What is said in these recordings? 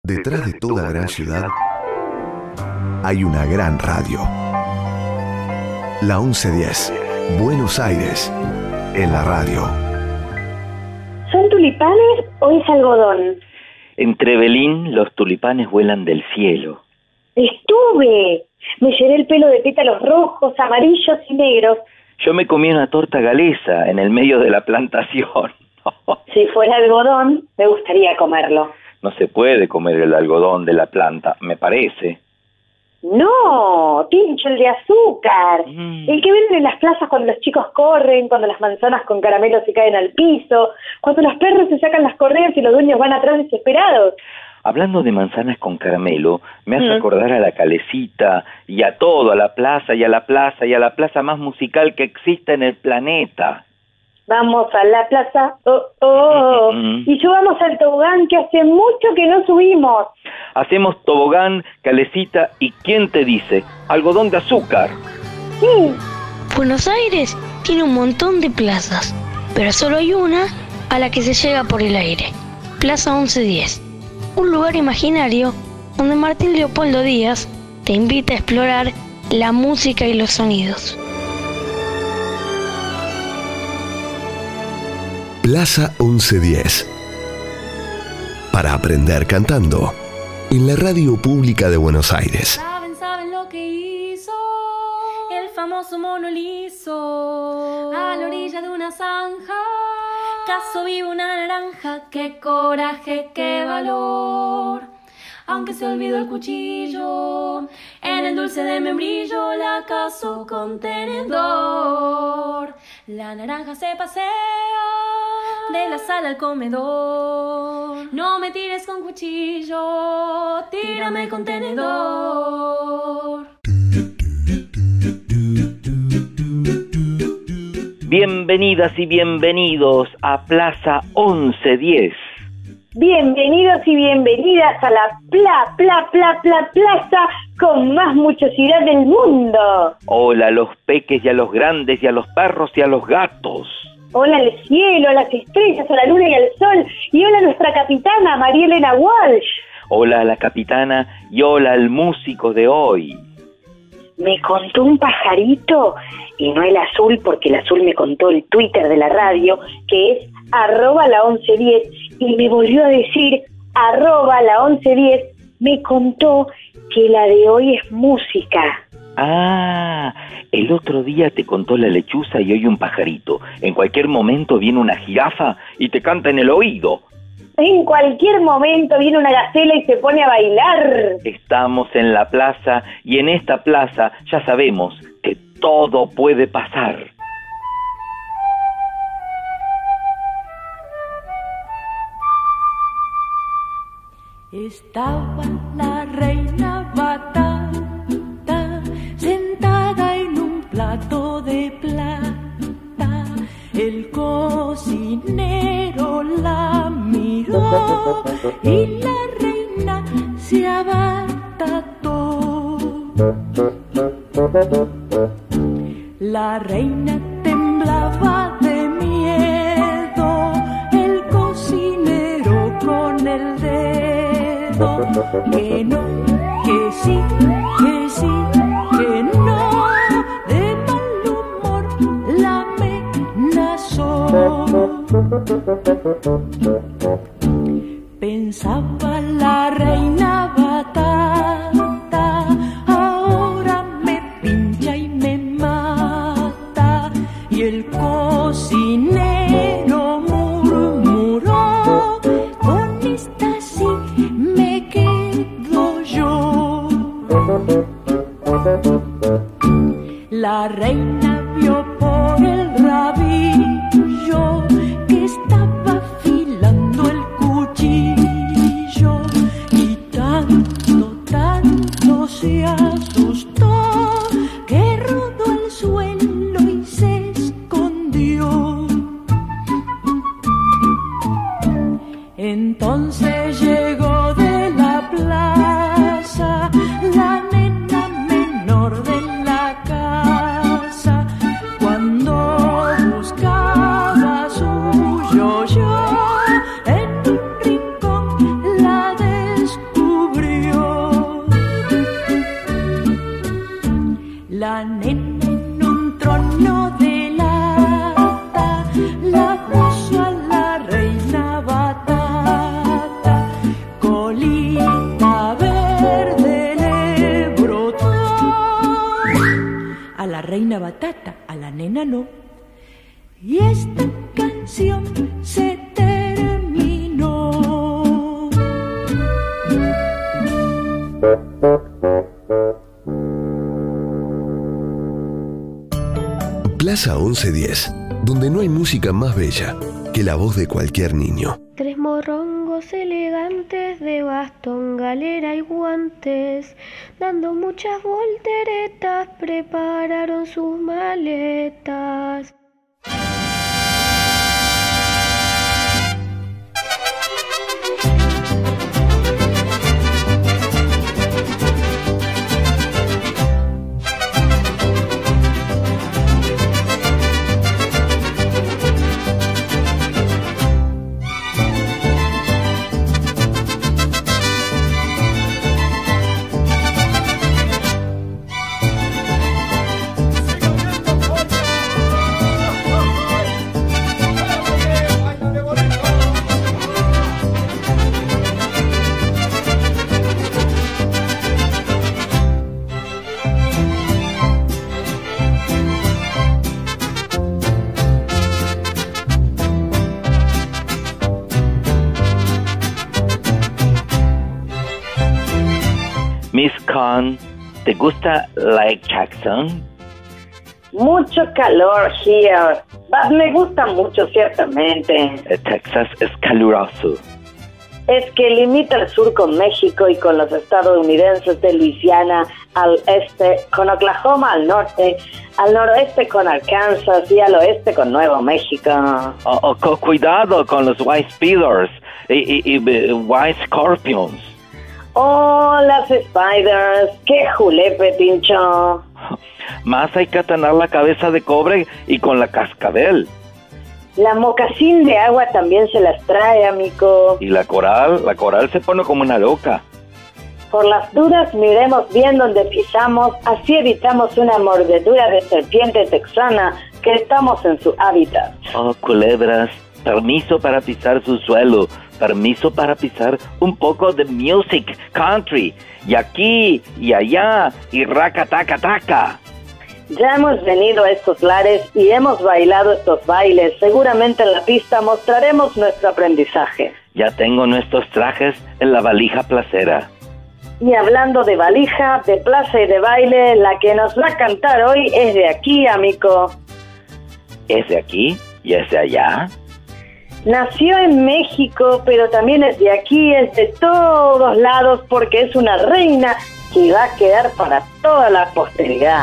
Detrás de toda gran ciudad hay una gran radio. La 1110, Buenos Aires, en la radio. ¿Son tulipanes o es algodón? En Trevelín los tulipanes vuelan del cielo. Estuve. Me llené el pelo de pétalos rojos, amarillos y negros. Yo me comí una torta galesa en el medio de la plantación. Si fuera algodón, me gustaría comerlo. No se puede comer el algodón de la planta, me parece. No, Tincho, el de azúcar. El que venden en las plazas cuando los chicos corren, cuando las manzanas con caramelo se caen al piso, cuando los perros se sacan las correas y los dueños van atrás desesperados. Hablando de manzanas con caramelo, me hace acordar a la Calecita y a todo, a la plaza y a la plaza y a la plaza más musical que existe en el planeta. Vamos a la plaza, y subamos al tobogán que hace mucho que no subimos. Hacemos tobogán, Calecita, y ¿quién te dice? Algodón de azúcar. Sí. Buenos Aires tiene un montón de plazas, pero solo hay una a la que se llega por el aire. Plaza 1110, un lugar imaginario donde Martín Leopoldo Díaz te invita a explorar la música y los sonidos. Plaza 1110. Para aprender cantando en la radio pública de Buenos Aires. ¿Saben lo que hizo el famoso mono liso a la orilla de una zanja? Caso vivo una naranja, qué coraje, qué valor. Aunque se olvidó el cuchillo, en el dulce de membrillo la cazó con tenedor. La naranja se pasea de la sala al comedor. No me tires con cuchillo, tírame con tenedor. Bienvenidas y bienvenidos a Plaza 1110. Bienvenidos y bienvenidas a la plaza con más muchosidad del mundo. Hola a los peques y a los grandes y a los perros y a los gatos. Hola al cielo, a las estrellas, a la luna y al sol. Y hola a nuestra capitana, María Elena Walsh. Hola a la capitana y hola al músico de hoy. Me contó un pajarito, y no el azul, porque el azul me contó el Twitter de la radio, que es @la1110, y me volvió a decir @la1110, me contó que la de hoy es música. Ah, el otro día te contó la lechuza y hoy un pajarito. En cualquier momento viene una jirafa y te canta en el oído. En cualquier momento viene una gacela y se pone a bailar. Estamos en la plaza y en esta plaza ya sabemos que todo puede pasar. Estaba la reina batata sentada en un plato de plata. El cocinero la miró y la reina se abatató. La reina temblaba de miedo, el cocinero con el dedo. Que no, que sí, que sí, que no, de mal humor la amenazó. Pensaba la reina batata, ahora me pincha y me mata. Y el cocinero murmuró, con esta sí me quedo yo. La reina vio por el rabillo que estaba afilando el cuchillo y tanto se asustó que rodó al suelo y se escondió. Entonces llegó de la plaza la nena menor de la casa una batata, a la nena no. Y esta canción se terminó. Plaza 1110, donde no hay música más bella que la voz de cualquier niño. Tres morrongos elegantes de bastón, galera y guantes, dando muchas volteretas, prepararon sus maletas. Miss Khan, ¿te gusta Lake Jackson? Mucho calor here, but me gusta mucho ciertamente. Texas es caluroso. Es que limita al sur con México y con los estadounidenses de Luisiana al este, con Oklahoma al norte, al noroeste con Arkansas y al oeste con Nuevo México. Cuidado con los White Speeders y White Scorpions. Oh, las Spiders, qué julepe, pincho. Más hay que tener la cabeza de cobre y con la cascabel. La mocasín de agua también se las trae, amigo. Y la coral se pone como una loca. Por las dudas, miremos bien donde pisamos, así evitamos una mordedura de serpiente texana que estamos en su hábitat. Oh, culebras, permiso para pisar su suelo, permiso para pisar un poco de music, country, y aquí, y allá, y raca, taca, taca. Ya hemos venido a estos lares y hemos bailado estos bailes. Seguramente en la pista mostraremos nuestro aprendizaje. Ya tengo nuestros trajes en la valija placera. Y hablando de valija, de plaza y de baile, la que nos va a cantar hoy es de aquí, amigo. ¿Es de aquí y es de allá? Nació en México, pero también es de aquí, es de todos lados, porque es una reina que va a quedar para toda la posteridad.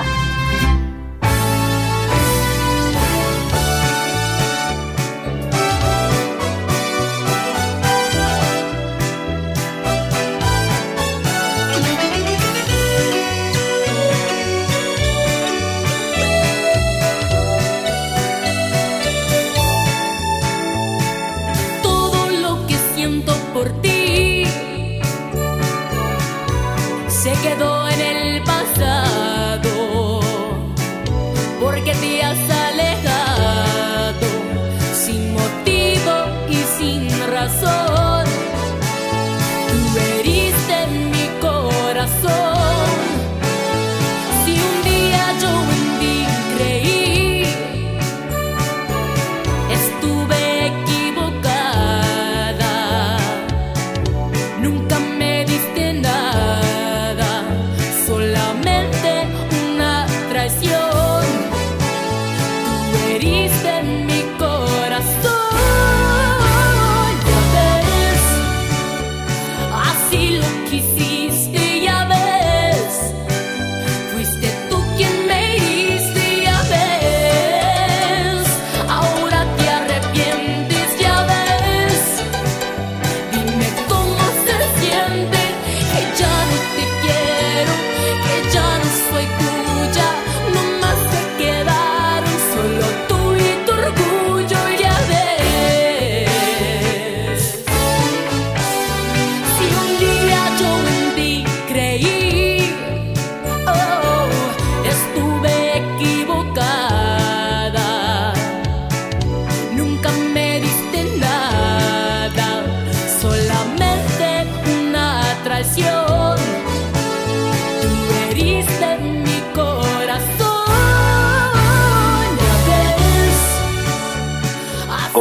Se quedó en el pasado, porque te has alejado sin motivo y sin razón. Tú heriste mi corazón. Si un día yo en ti creí, estuve equivocada. Nunca me diste nada.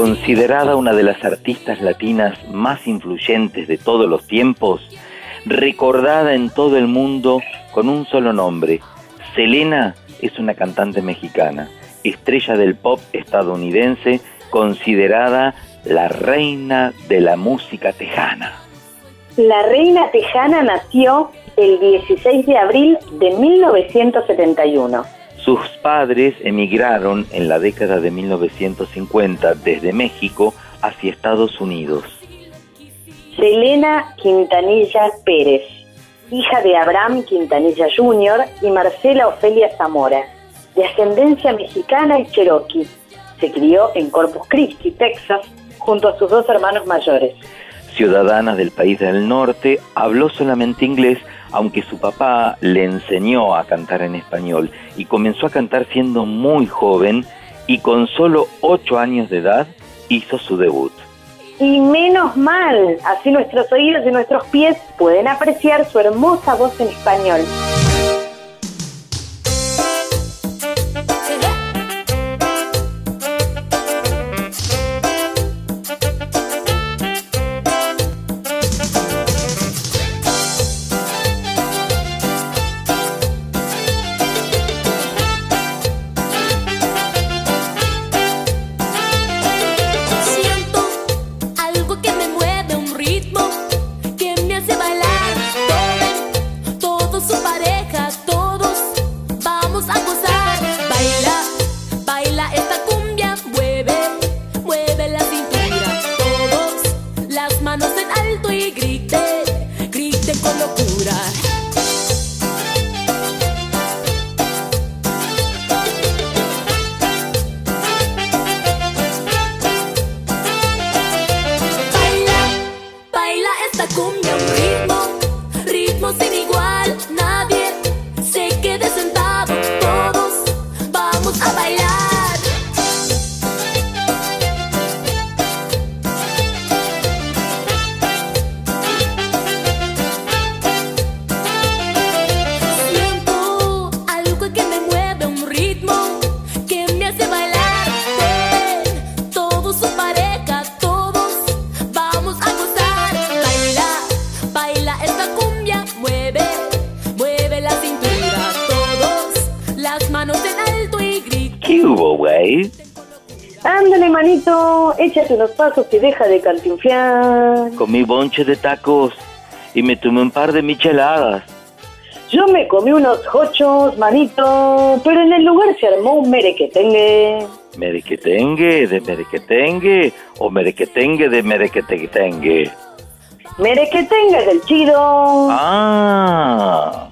considerada una de las artistas latinas más influyentes de todos los tiempos, recordada en todo el mundo con un solo nombre. Selena es una cantante mexicana, estrella del pop estadounidense, considerada la reina de la música tejana. La reina tejana nació el 16 de abril de 1971. Sus padres emigraron en la década de 1950 desde México hacia Estados Unidos. Selena Quintanilla Pérez, hija de Abraham Quintanilla Jr. y Marcela Ofelia Zamora, de ascendencia mexicana y cherokee. Se crió en Corpus Christi, Texas, junto a sus dos hermanos mayores. Ciudadana del país del norte, habló solamente inglés, aunque su papá le enseñó a cantar en español, y comenzó a cantar siendo muy joven, y con solo 8 años de edad hizo su debut. Y menos mal, así nuestros oídos y nuestros pies pueden apreciar su hermosa voz en español. Ándale, manito, échate unos pasos y deja de cantinflar. Comí bonche de tacos y me tomé un par de micheladas. Yo me comí unos hochos, manito, pero en el lugar se armó un merequetengue. ¿Merequetengue de merequetengue o merequetengue de merequetengue? Merequetengue del chido. Ah.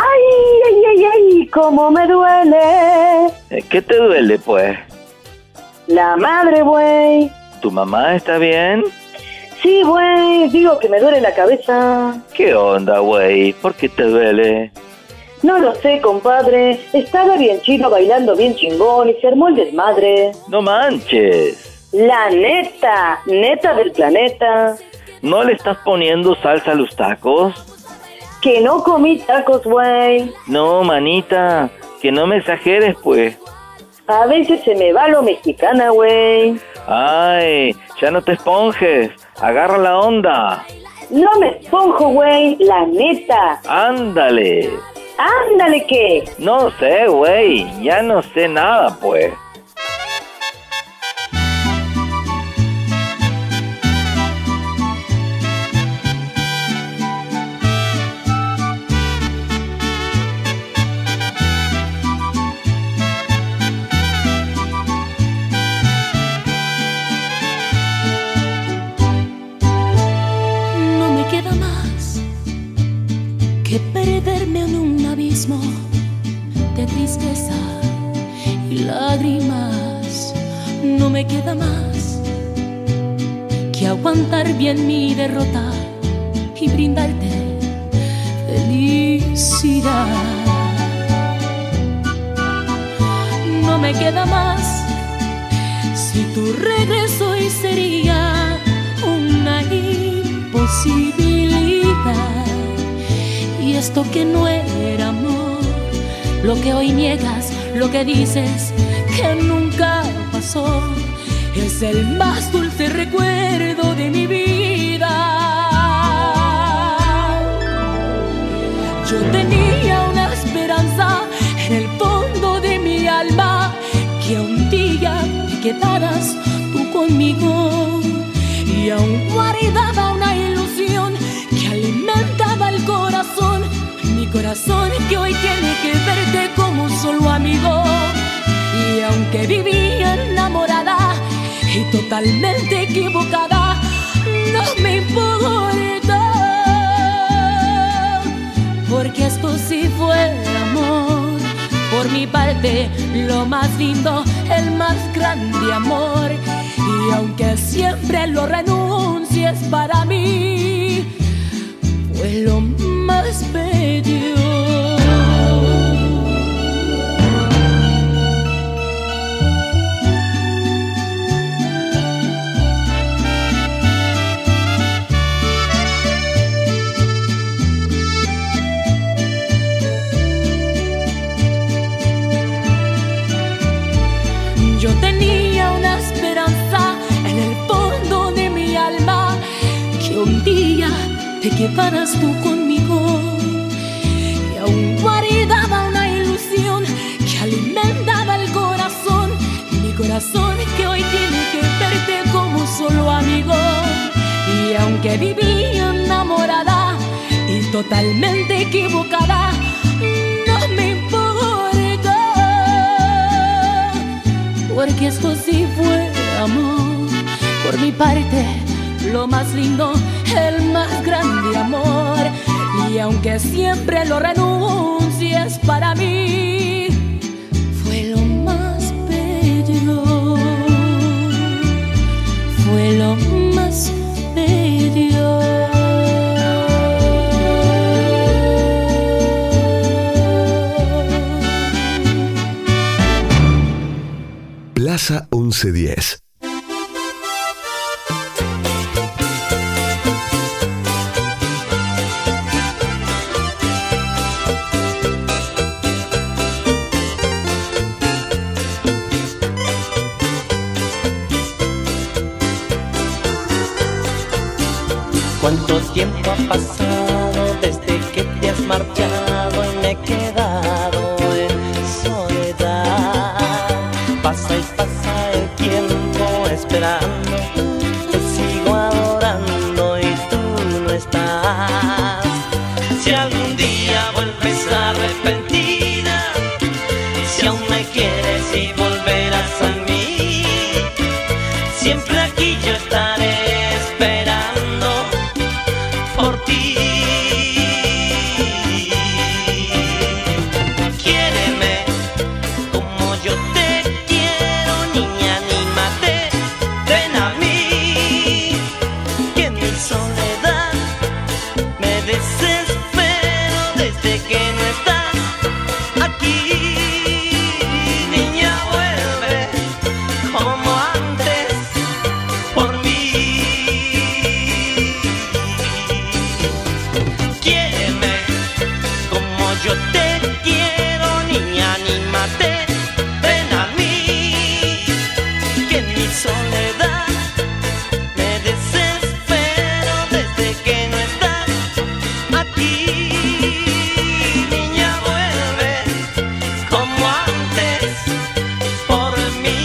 Ay, cómo me duele. ¿Qué te duele, pues? La madre, güey. ¿Tu mamá está bien? Sí, güey, digo que me duele la cabeza. ¿Qué onda, güey? ¿Por qué te duele? No lo sé, compadre. Estaba bien chido bailando bien chingón y se armó el desmadre. No manches. La neta del planeta. ¿No le estás poniendo salsa a los tacos? Que no comí tacos, güey. No, manita, que no me exageres, pues. A veces se me va lo mexicana, güey. Ay, ya no te esponjes. Agarra la onda. No me esponjo, güey, la neta. Ándale. ¿Ándale qué? No sé, güey, ya no sé nada, pues. Perderme en un abismo de tristeza y lágrimas. No me queda más que aguantar bien mi derrota y brindarte felicidad. No me queda más si tu regreso hoy sería una imposibilidad. Y esto que no era amor, lo que hoy niegas, lo que dices que nunca pasó, es el más dulce recuerdo de mi vida. Yo tenía una esperanza en el fondo de mi alma, que un día te quedaras tú conmigo, y aún guardaba una ilusión que alimentaba el corazón, mi corazón que hoy tiene que verte como solo amigo. Y aunque vivía enamorada y totalmente equivocada, no me importa, porque esto sí fue amor. Por mi parte, lo más lindo, el más grande amor. Y aunque siempre lo renuncies, para mí fue lo más bello. Yo tenía una esperanza en el fondo de mi alma, que un día te quedaras tú conmigo, y aún guardaba una ilusión que alimentaba el corazón, mi corazón que hoy tiene que verte como solo amigo. Y aunque vivía enamorada y totalmente equivocada, no me importa, porque esto sí fue amor. Por mi parte, lo más lindo, el más grande amor. Y aunque siempre lo renuncies, para mí fue lo más bello, fue lo más bello. Plaza 1110. ¿Cuánto tiempo ha pasado desde que te has marchado y me he quedado en soledad? Pasa y pasa el tiempo esperando, te sigo adorando y tú no estás. Si algún día vuelves arrepentida, si aún me quieres y volverás a mí, siempre aquí yo estaré esperando por ti. Quiéreme como yo te quiero, niña, anímate, ven a mí, que en mi soledad me desespero desde que no estás aquí. Niña, vuelve como antes por mí. Quiéreme como yo te quiero, niña, anímate, ven a mí, que en mi soledad me desespero desde que no estás aquí. Niña, vuelve como antes por mí.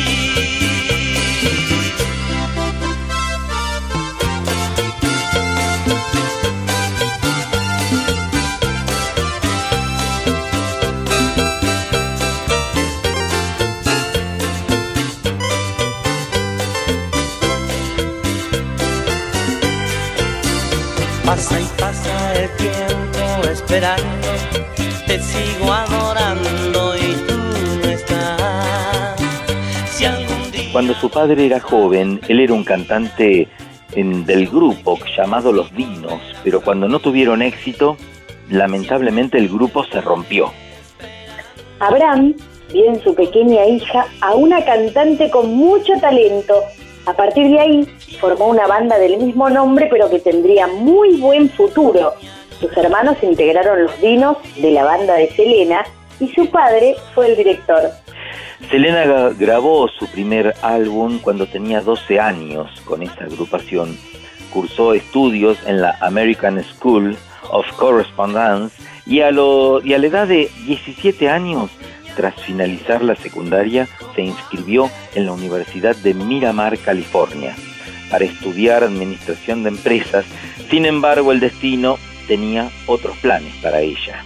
Pasa y pasa el tiempo esperando, te sigo adorando y tú no estás. Si algún día... Cuando su padre era joven, él era un cantante del grupo llamado Los Dinos, pero cuando no tuvieron éxito, lamentablemente el grupo se rompió. Abraham vio en su pequeña hija a una cantante con mucho talento. A partir de ahí, formó una banda del mismo nombre, pero que tendría muy buen futuro. Sus hermanos integraron Los Dinos de la banda de Selena y su padre fue el director. Selena grabó su primer álbum cuando tenía 12 años con esa agrupación. Cursó estudios en la American School of Correspondence y a la edad de 17 años, tras finalizar la secundaria, se inscribió en la Universidad de Miramar, California, para estudiar administración de empresas. Sin embargo, el destino tenía otros planes para ella.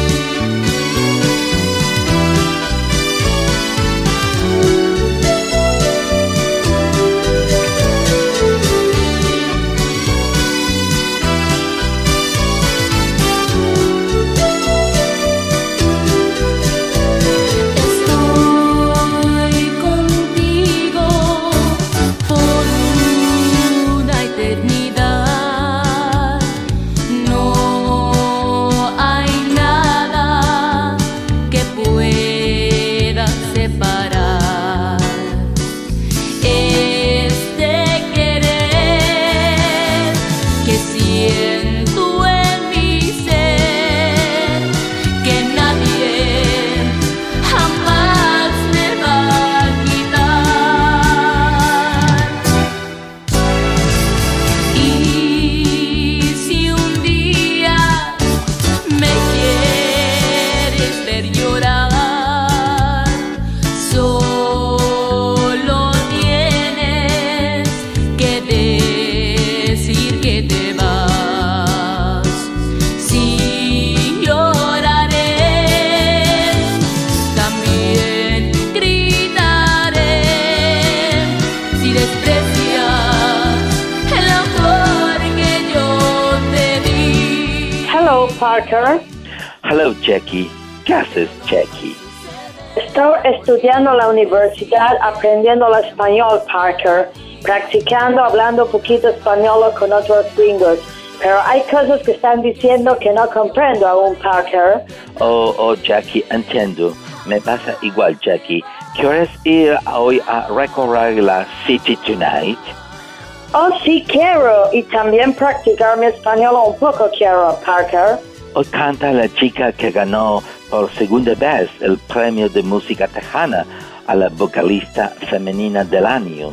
Parker. Hello, Jackie. ¿Qué haces, Jackie? Estoy estudiando en la universidad, aprendiendo el español, Parker, practicando, hablando un poquito español con otros gringos. Pero hay cosas que están diciendo que no comprendo aún, Parker. Oh, Jackie, entiendo. Me pasa igual, Jackie. ¿Quieres ir hoy a recorrer la City Tonight? Oh, sí quiero. Y también practicar mi español un poco quiero, Parker. Hoy canta la chica que ganó por segunda vez el premio de música tejana a la vocalista femenina del año.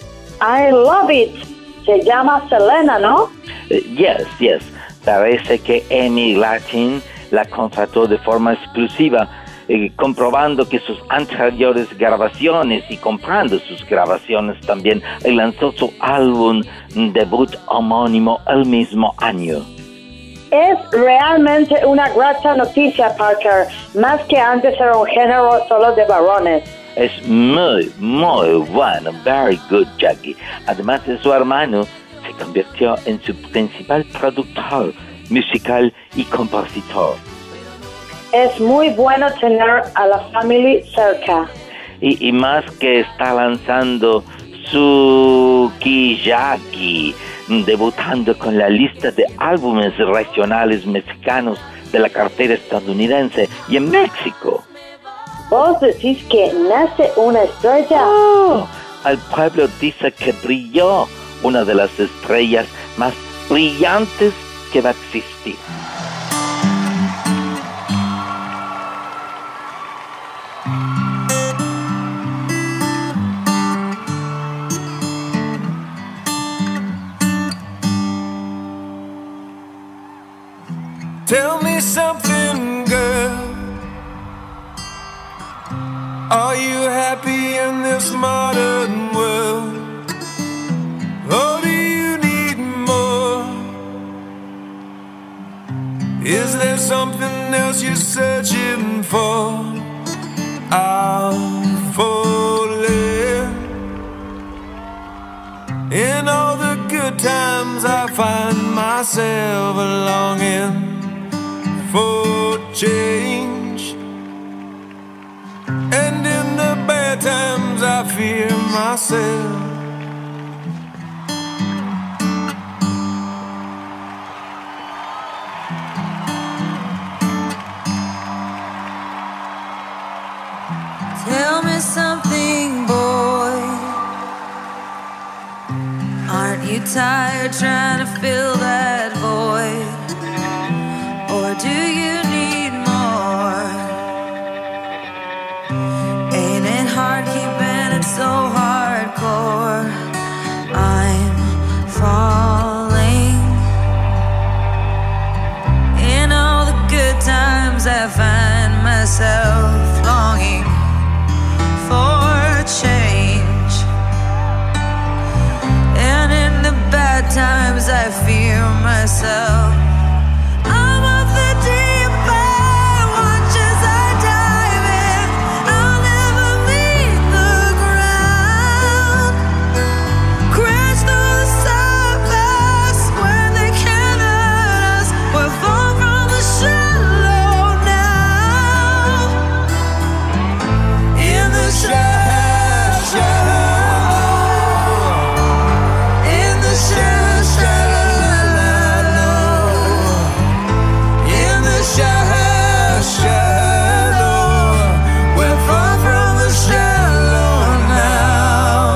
I love it. Se llama Selena, ¿no? Yes. Parece que EMI Latin la contrató de forma exclusiva, comprobando que sus anteriores grabaciones y comprando sus grabaciones también, lanzó su álbum debut homónimo el mismo año. Es realmente una grata noticia, Parker, más que antes era un género solo de varones. Es muy bueno, very good, Jackie. Además de su hermano, se convirtió en su principal productor musical y compositor. Es muy bueno tener a la familia cerca. Y más que está lanzando su Kiyaki, debutando con la lista de álbumes regionales mexicanos de la cartera estadounidense y en México. ¿Vos decís que nace una estrella? Oh, el pueblo dice que brilló una de las estrellas más brillantes que va a existir. Tell me something, girl. Are you happy in this modern world? Or do you need more? Is there something else you're searching for? I'm falling. In all the good times I find myself longing for change, and in the bad times I fear myself. Tell me something, boy. Aren't you tired trying to fill that void? Or do you need more? Ain't it hard? I find myself longing for change. And in the bad times I fear myself. I'm of the deep end, watch as I dive in. I'll never meet the ground. Crash through the surface where they can't hurt us. We're far from the shallow now. In the shallow, in the shallow, we're far from the shallow now.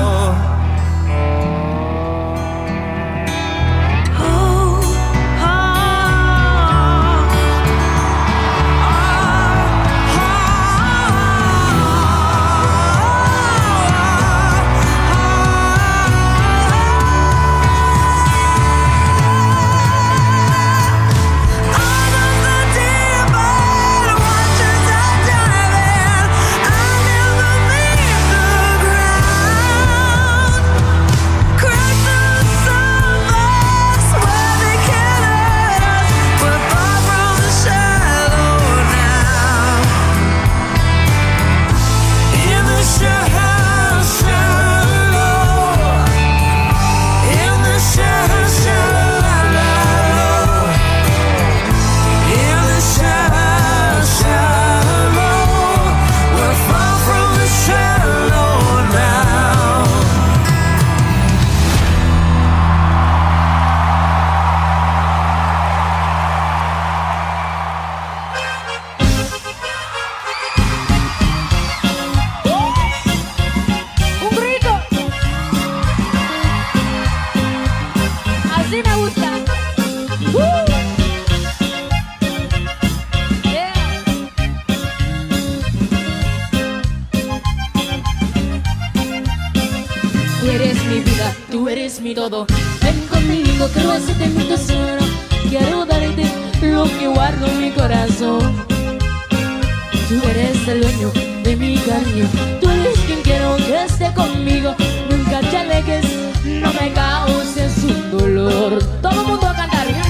Mi todo, ven conmigo que recete mi tesoro. Quiero darte lo que guardo en mi corazón. Tú eres el dueño de mi cariño. Tú eres quien quiero que esté conmigo. Nunca te alejes, no me causes un dolor. Todo el mundo a cantar, venga.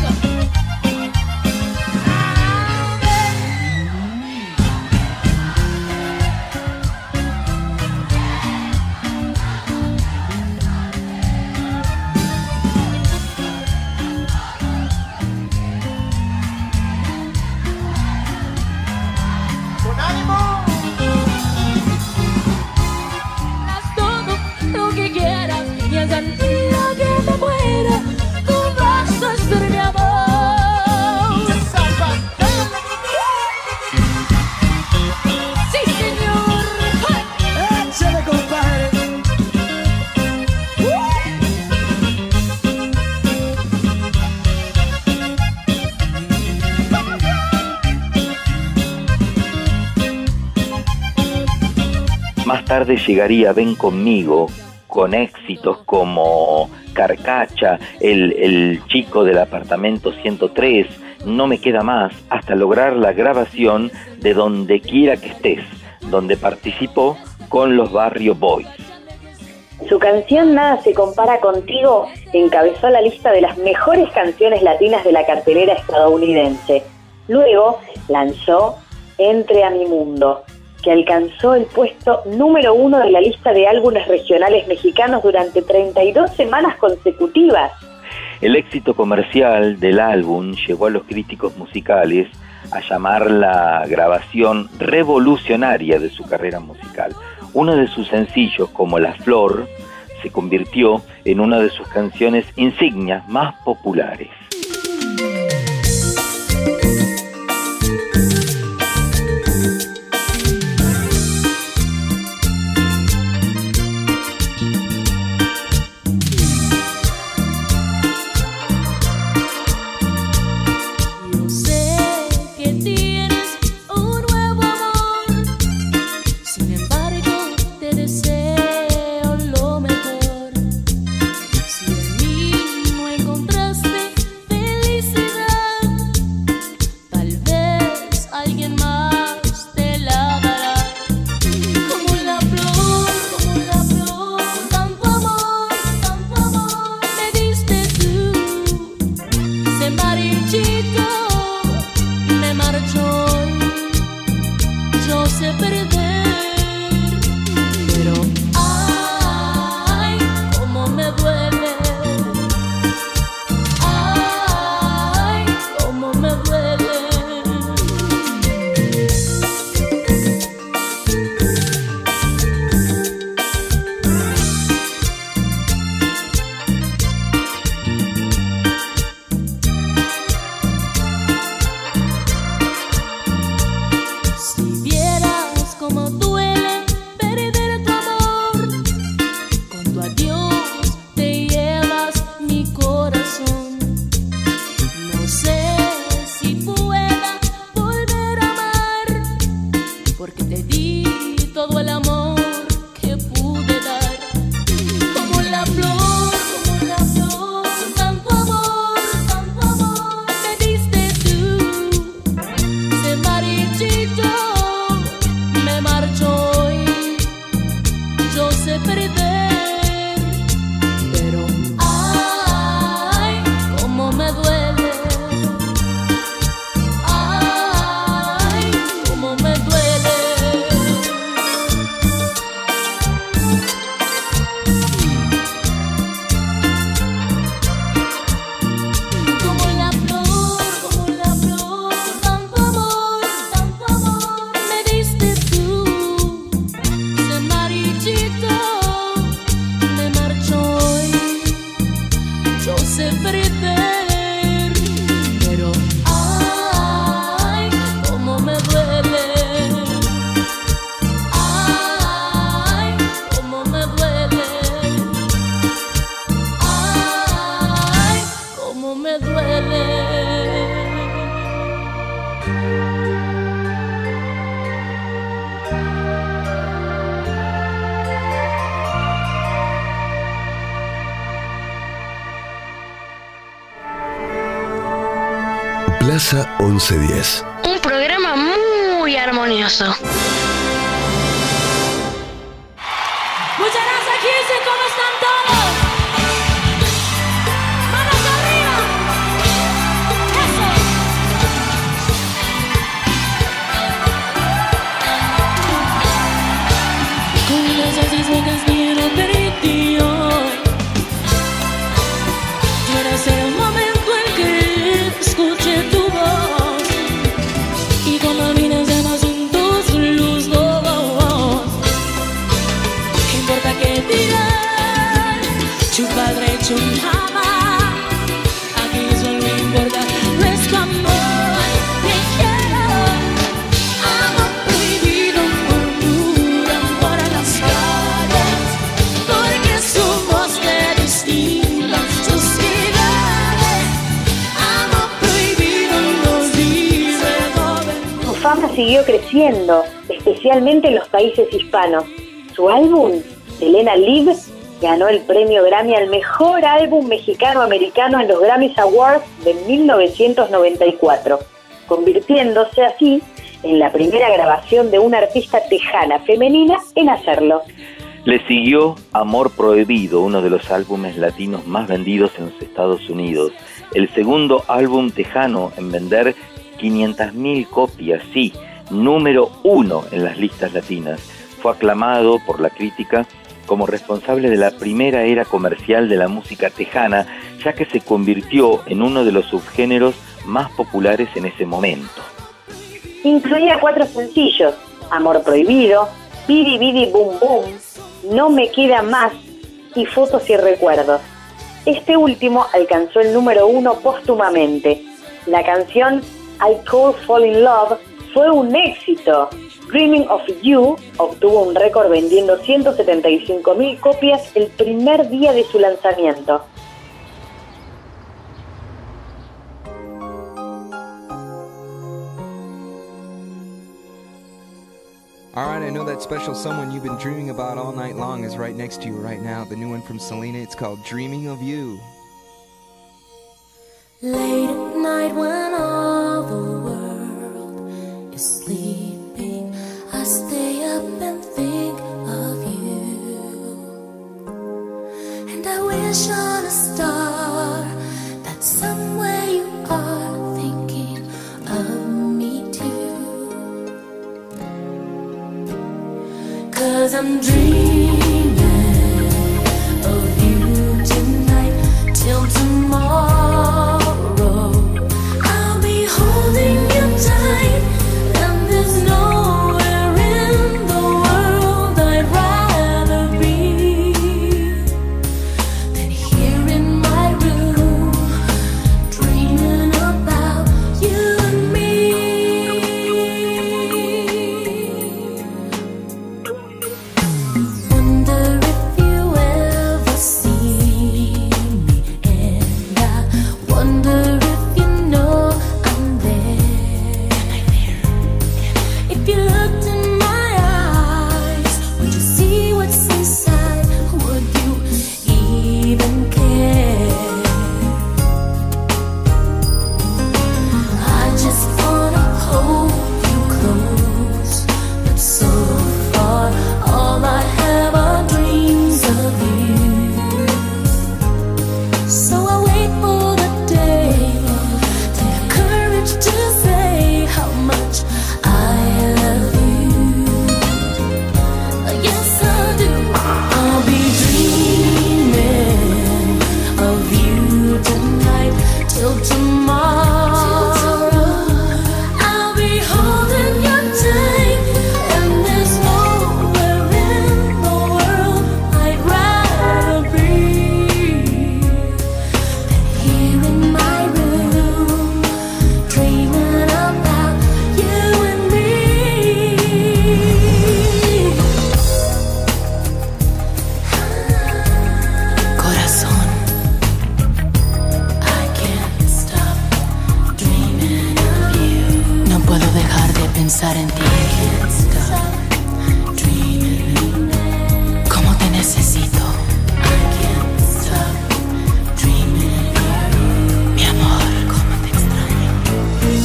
Más tarde llegaría Ven Conmigo, con éxitos como Carcacha, el chico del apartamento 103, No me queda más, hasta lograr la grabación de Donde quiera que estés, donde participó con los Barrio Boys. Su canción Nada se compara contigo encabezó la lista de las mejores canciones latinas de la cartelera estadounidense. Luego lanzó Entre a mi mundo, que alcanzó el puesto número 1 de la lista de álbumes regionales mexicanos durante 32 semanas consecutivas. El éxito comercial del álbum llevó a los críticos musicales a llamar la grabación revolucionaria de su carrera musical. Uno de sus sencillos, como La Flor, se convirtió en una de sus canciones insignias más populares. Si en mí no encontraste Plaza 1110. Un programa muy armonioso. Muchas gracias, Kirsten. ¿Cómo están todos? ¡Manos arriba! ¡Eso! Con esas bocas quiero pedirte hoy. Quiero ser el momento en que escuche tu voz. Y cuando miras demás juntos los dos. ¿Qué importa que dirán? Tu padre, tu mamá. Aquí solo importa nuestro amor. Te quiero. Amor prohibido murmuran por las calles. Porque somos de distintas sociedades. Amor prohibido nos dice joven. Su fama siguió creciendo, especialmente en los países hispanos. Su álbum, Selena Live, ganó el premio Grammy al mejor álbum mexicano-americano en los Grammys Awards de 1994, convirtiéndose así en la primera grabación de una artista tejana femenina en hacerlo. Le siguió Amor Prohibido, uno de los álbumes latinos más vendidos en los Estados Unidos. El segundo álbum tejano en vender 500.000 copias, sí, número 1 en las listas latinas. Fue aclamado por la crítica como responsable de la primera era comercial de la música tejana, ya que se convirtió en uno de los subgéneros más populares en ese momento. Incluía 4 sencillos: Amor Prohibido, Bidi Bidi Boom Boom, No Me Queda Más y Fotos y Recuerdos. Este último alcanzó el número 1 póstumamente. La canción I Could Fall in Love fue un éxito. Dreaming of You obtuvo un récord vendiendo 175.000 copias el primer día de su lanzamiento. Alright, I know that special someone you've been dreaming about all night long is right next to you right now. The new one from Selena, it's called Dreaming of You. Late at night when all the world is sleeping, I stay up and think of you. And I wish on a star that somewhere you are thinking of me too. 'Cause I'm dreaming of you tonight till tomorrow. I'll be holding you tight, and there's nowhere in the world I'd rather be than here in my room, dreaming about you and me. Wonder if you ever see me, and I wonder if you know I'm there. If you looked in my eyes, would you see what's inside? Would you even care? I just wanna hold you close, but so far all I have are dreams of you. So I wait for the day to have courage to say how much I love you. Yes, I do. I'll be dreaming of you tonight till tomorrow. I'll be holding you tight, and there's nowhere in the world I'd rather be than here in my room, dreaming about you and me. Corazón, I can't stop dreaming of you. No puedo dejar de pensar en ti. I can't stop dreaming. ¿Cómo te necesito? I can't stop dreaming of you. Mi amor, cómo te extraño.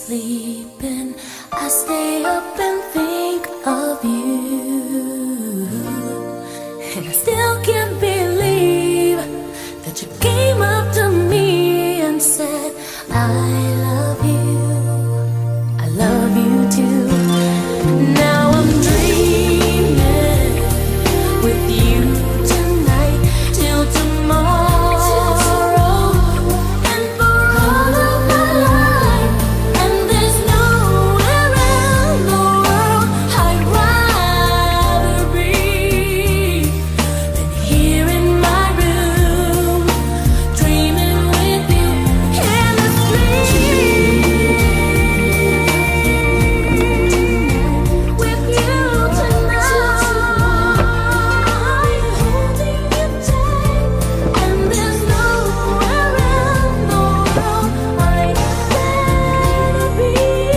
sleeping, I stay up and think of you. And I still can't believe that you came up to me and said, I love you too. Now I'm dreaming with you tonight till tomorrow and for all of my life. And there's nowhere in the world I'd rather be than here in my room, dreaming with you in the street. With you tonight, holding you tight, and there's nowhere in the world I'd rather be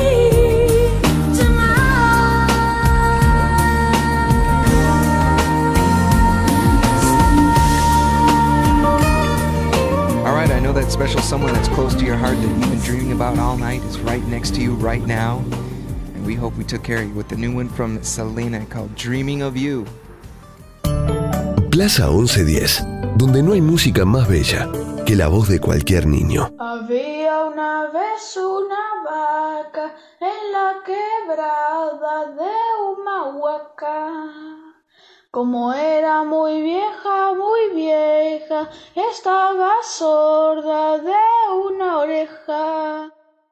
All right, I know that special someone that's close to your heart that you've been dreaming about all night is right next to you right now. And we hope we took care of you with the new one from Selena called Dreaming of You. Plaza 1110, donde no hay música más bella que la voz de cualquier niño. Había una vez una vaca en la quebrada de Humahuaca. Como era muy vieja, estaba sorda de una oreja.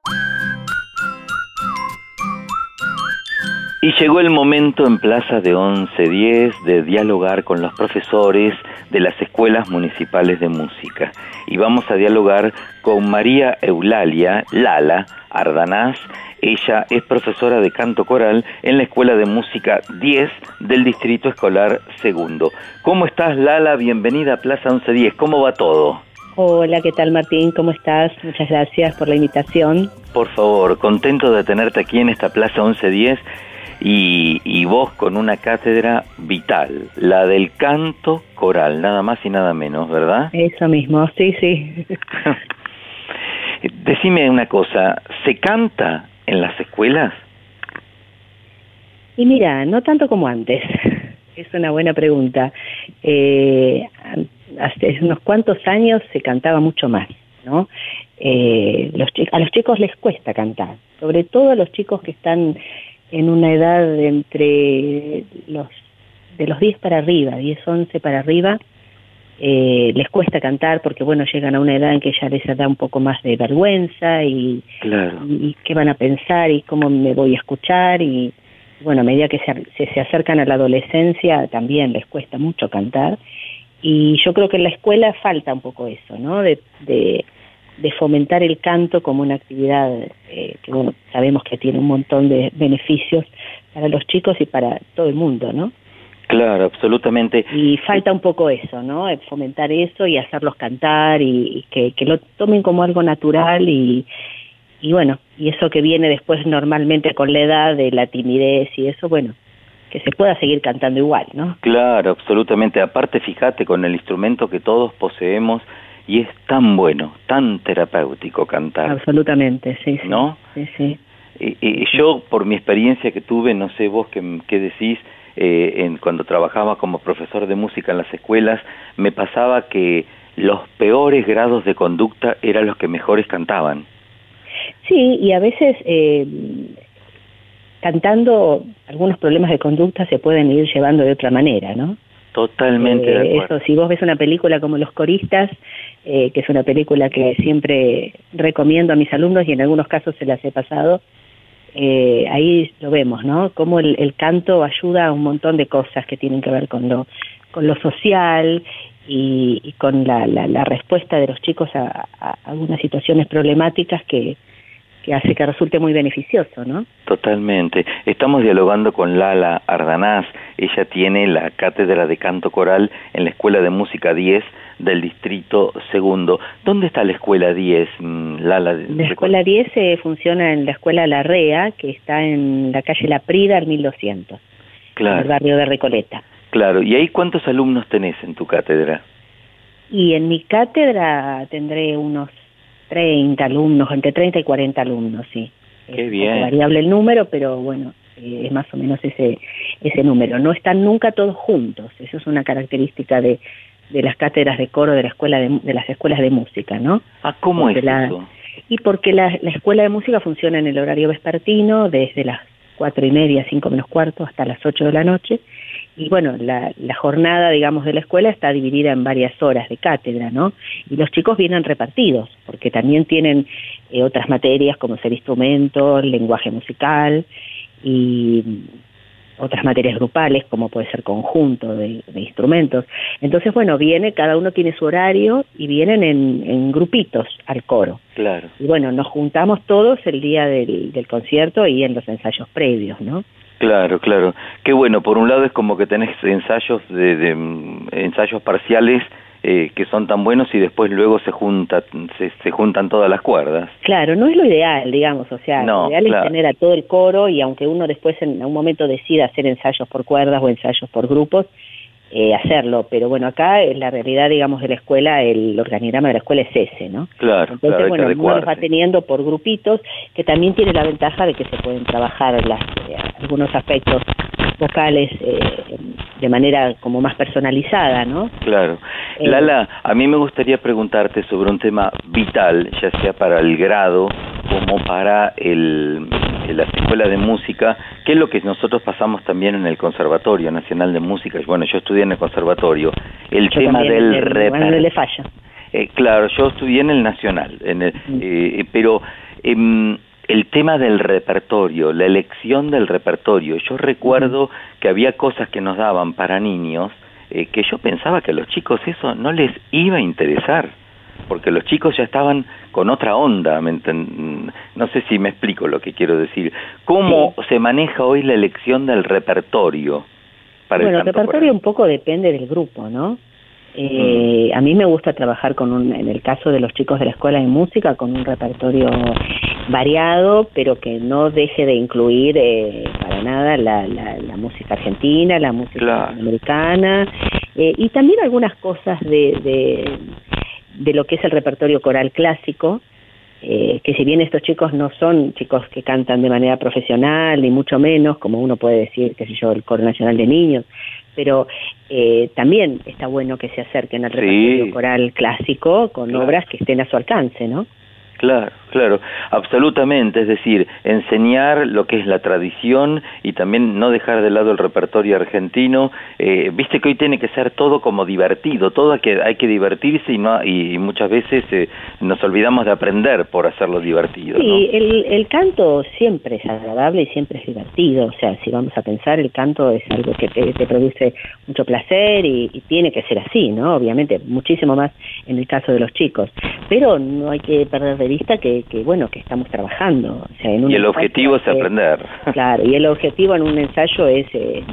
Y llegó el momento en Plaza de 1110 de dialogar con los profesores de las escuelas municipales de música. Y vamos a dialogar con María Eulalia Lala Ardanaz. Ella es profesora de canto coral en la Escuela de Música 10 del Distrito Escolar Segundo. ¿Cómo estás, Lala? Bienvenida a Plaza 1110. ¿Cómo va todo? Hola, ¿qué tal, Martín? ¿Cómo estás? Muchas gracias por la invitación. Por favor, contento de tenerte aquí en esta Plaza 1110 y vos con una cátedra vital, la del canto coral, nada más y nada menos, ¿verdad? Eso mismo, sí, sí. Decime una cosa, ¿se canta en las escuelas? Y mira, no tanto como antes. Es una buena pregunta. Hace unos cuantos años se cantaba mucho más, ¿no? A los chicos les cuesta cantar, sobre todo a los chicos que están en una edad de los 10 para arriba, 10, 11 para arriba, les cuesta cantar porque, bueno, llegan a una edad en que ya les da un poco más de vergüenza y qué van a pensar y cómo me voy a escuchar y, bueno, a medida que se acercan a la adolescencia también les cuesta mucho cantar y yo creo que en la escuela falta un poco eso, ¿no? De fomentar el canto como una actividad que, bueno, sabemos que tiene un montón de beneficios para los chicos y para todo el mundo, ¿no? Claro, absolutamente. Y falta un poco eso, ¿no? Fomentar eso y hacerlos cantar y que lo tomen como algo natural y bueno, y eso que viene después normalmente con la edad de la timidez y eso, bueno, que se pueda seguir cantando igual, ¿no? Claro, absolutamente. Aparte, fíjate, con el instrumento que todos poseemos, y es tan bueno, tan terapéutico cantar. Absolutamente, sí, sí. ¿No? Sí, sí. Yo, por mi experiencia que tuve, no sé vos qué decís, cuando trabajaba como profesor de música en las escuelas, me pasaba que los peores grados de conducta eran los que mejores cantaban. Sí, y a veces cantando algunos problemas de conducta se pueden ir llevando de otra manera, ¿no? Totalmente de acuerdo. Eso, si vos ves una película como Los Coristas, que es una película que siempre recomiendo a mis alumnos y en algunos casos se las he pasado, ahí lo vemos, ¿no? Cómo el canto ayuda a un montón de cosas que tienen que ver con lo social y con la respuesta de los chicos a algunas situaciones problemáticas que hace que resulte muy beneficioso, ¿no? Totalmente. Estamos dialogando con Lala Ardanaz. Ella tiene la cátedra de canto coral en la Escuela de Música 10 del Distrito Segundo. ¿Dónde está la Escuela 10, Lala? La Escuela 10 funciona en la Escuela Larrea, que está en la calle La Prida, al 1200, claro, en el barrio de Recoleta. Claro. ¿Y ahí cuántos alumnos tenés en tu cátedra? Y en mi cátedra tendré unos 30 alumnos, entre 30 y 40 alumnos, sí. Qué Es bien. variable el número, pero bueno, es más o menos ese número. No están nunca todos juntos, eso es una característica de las cátedras de coro de las escuelas de música, ¿no? Ah, ¿cómo Porque es eso? Y porque la escuela de música funciona en el horario vespertino, desde las 4:30, 5 menos cuarto, hasta las 8 de la noche, y bueno, la jornada, digamos, de la escuela está dividida en varias horas de cátedra, ¿no? Y los chicos vienen repartidos, porque también tienen otras materias como ser instrumentos, lenguaje musical, y otras materias grupales, como puede ser conjunto de instrumentos. Entonces, bueno, cada uno tiene su horario y vienen en grupitos al coro. Claro. Y bueno, nos juntamos todos el día del concierto y en los ensayos previos, ¿no? Claro, claro. Qué bueno, por un lado es como que tenés ensayos ensayos parciales que son tan buenos y después luego se juntan todas las cuerdas. Claro, no es lo ideal, digamos, o sea, No, lo ideal claro. es tener a todo el coro y aunque uno después en un momento decida hacer ensayos por cuerdas o ensayos por grupos, hacerlo, pero bueno, acá la realidad, digamos, de la escuela, el organigrama de la escuela es ese, ¿no? Claro, Entonces, claro, hay bueno, que uno los va adecuarse. teniendo por grupitos, que también tiene la ventaja de que se pueden trabajar algunos aspectos vocales de manera como más personalizada, ¿no? Claro. Lala, a mí me gustaría preguntarte sobre un tema vital, ya sea para el grado como para la escuela de música, que es lo que nosotros pasamos también en el Conservatorio Nacional de Música. Bueno, yo estudié en el Conservatorio. El Yo tema también del en el repertorio. de Falla. Claro, yo estudié en el Nacional, pero el tema del repertorio, la elección del repertorio, yo recuerdo que había cosas que nos daban para niños que yo pensaba que a los chicos eso no les iba a interesar, porque los chicos ya estaban con otra onda, no sé si me explico lo que quiero decir. ¿Cómo se maneja hoy la elección del repertorio para Bueno, el canto repertorio coral? un poco depende del grupo, ¿no? A mí me gusta trabajar en el caso de los chicos de la escuela de música, con un repertorio variado, pero que no deje de incluir para nada la música argentina, la música americana, y también algunas cosas de lo que es el repertorio coral clásico, que si bien estos chicos no son chicos que cantan de manera profesional, ni mucho menos, como uno puede decir, qué sé yo, el Coro Nacional de Niños, pero también está bueno que se acerquen al repertorio coral clásico con obras que estén a su alcance, ¿no? Claro, claro, absolutamente, es decir, enseñar lo que es la tradición y también no dejar de lado el repertorio argentino. Viste que hoy tiene que ser todo como divertido, todo hay que divertirse y muchas veces nos olvidamos de aprender por hacerlo divertido, ¿no? Sí, el canto siempre es agradable y siempre es divertido, o sea, si vamos a pensar, el canto es algo que te produce mucho placer y tiene que ser así, ¿no? Obviamente, muchísimo más en el caso de los chicos, pero no hay que perder de vista que bueno, que estamos trabajando. O sea, en un y el objetivo es aprender. Claro, y el objetivo en un ensayo es,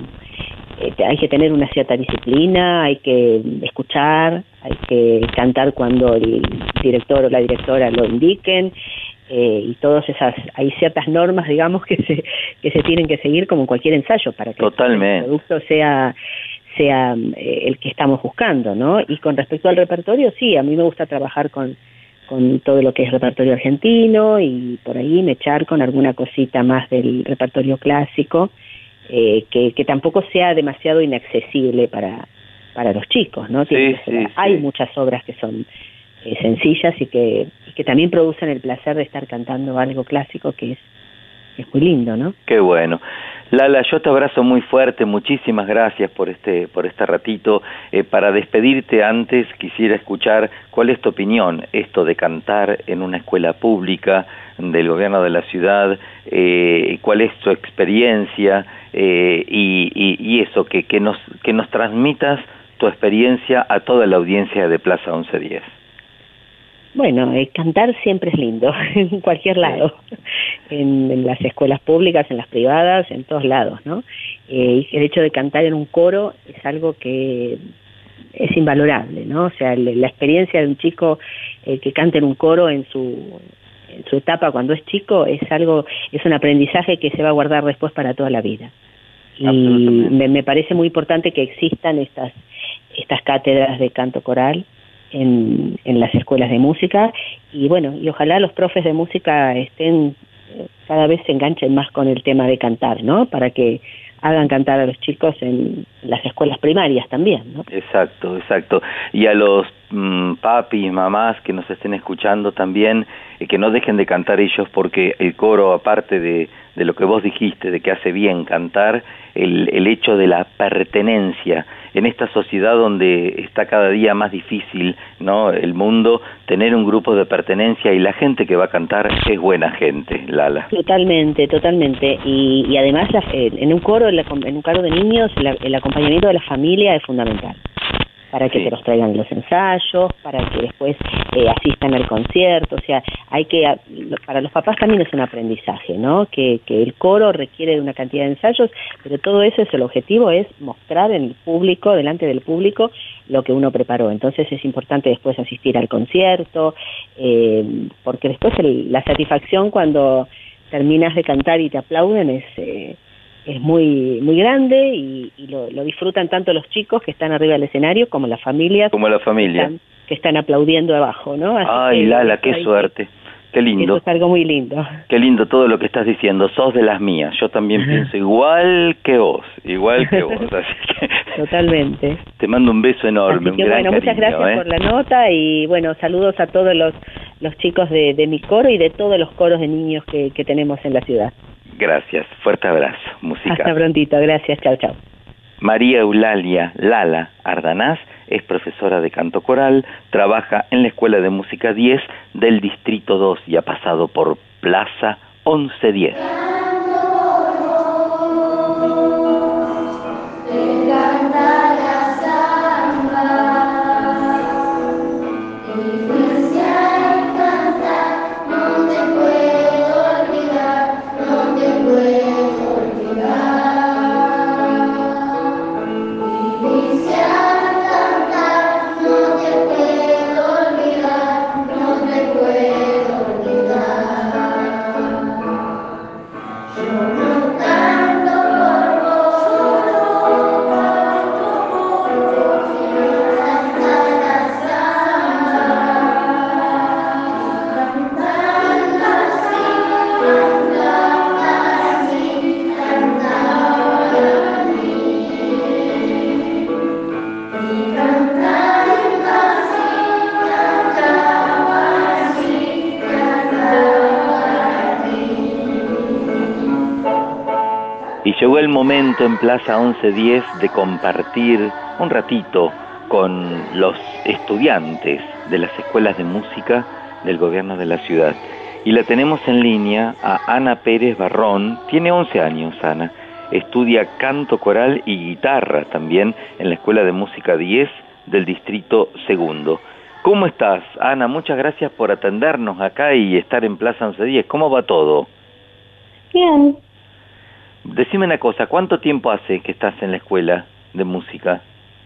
hay que tener una cierta disciplina, hay que escuchar, hay que cantar cuando el director o la directora lo indiquen, y todas esas, hay ciertas normas, digamos, que se tienen que seguir como en cualquier ensayo para que el producto sea el que estamos buscando, ¿no? Y con respecto al repertorio, sí, a mí me gusta trabajar con todo lo que es repertorio argentino y por ahí me echar con alguna cosita más del repertorio clásico, que tampoco sea demasiado inaccesible para los chicos, ¿no? Hay muchas obras que son sencillas y que también producen el placer de estar cantando algo clásico que es muy lindo, ¿no? Qué bueno. Lala, yo te abrazo muy fuerte, muchísimas gracias por este ratito. Para despedirte antes quisiera escuchar cuál es tu opinión, esto de cantar en una escuela pública del gobierno de la ciudad, cuál es tu experiencia y eso, que nos transmitas tu experiencia a toda la audiencia de Plaza 1110. Bueno, cantar siempre es lindo, en cualquier lado, en las escuelas públicas, en las privadas, en todos lados, ¿no? Y el hecho de cantar en un coro es algo que es invalorable, ¿no? O sea, la experiencia de un chico que canta en un coro en su etapa cuando es chico es un aprendizaje que se va a guardar después para toda la vida. Y me parece muy importante que existan estas cátedras de canto coral en las escuelas de música y bueno, y ojalá los profes de música estén cada vez se enganchen más con el tema de cantar, ¿no? Para que hagan cantar a los chicos en las escuelas primarias también, ¿no? Exacto, exacto. Y a los papis, mamás que nos estén escuchando también, que no dejen de cantar ellos, porque el coro, aparte de lo que vos dijiste, de que hace bien cantar, el hecho de la pertenencia en esta sociedad donde está cada día más difícil, ¿no? El mundo, tener un grupo de pertenencia, y la gente que va a cantar es buena gente, Lala. Totalmente, totalmente. Y además en un coro de niños el acompañamiento de la familia es fundamental, para que se los traigan los ensayos, para que después asistan al concierto. O sea, para los papás también es un aprendizaje, ¿no? Que el coro requiere de una cantidad de ensayos, pero todo eso el objetivo es mostrar en el público, delante del público, lo que uno preparó. Entonces es importante después asistir al concierto, porque después la satisfacción cuando terminas de cantar y te aplauden es muy muy grande, y lo disfrutan tanto los chicos que están arriba del escenario como las familias. Como la familia. Que están aplaudiendo abajo, ¿no? Así ay, Lala, qué suerte. Qué lindo. Eso es algo muy lindo. Qué lindo todo lo que estás diciendo. Sos de las mías. Yo también pienso igual que vos. Igual que vos. Así que totalmente. Te mando un beso enorme. Así que, un gran muchas cariño, gracias por la nota, y bueno, saludos a todos los chicos de mi coro y de todos los coros de niños que tenemos en la ciudad. Gracias. Fuerte abrazo. Música. Hasta prontito. Gracias. Chau, chau. María Eulalia Lala Ardanaz es profesora de canto coral, trabaja en la Escuela de Música 10 del Distrito 2 y ha pasado por Plaza 1110. Y llegó el momento en Plaza 1110 de compartir un ratito con los estudiantes de las escuelas de música del gobierno de la ciudad. Y la tenemos en línea a Ana Pérez Barrón. Tiene 11 años, Ana. Estudia canto coral y guitarra también en la Escuela de Música 10 del Distrito Segundo. ¿Cómo estás, Ana? Muchas gracias por atendernos acá y estar en Plaza 1110. ¿Cómo va todo? Bien. Decime una cosa, ¿cuánto tiempo hace que estás en la escuela de música?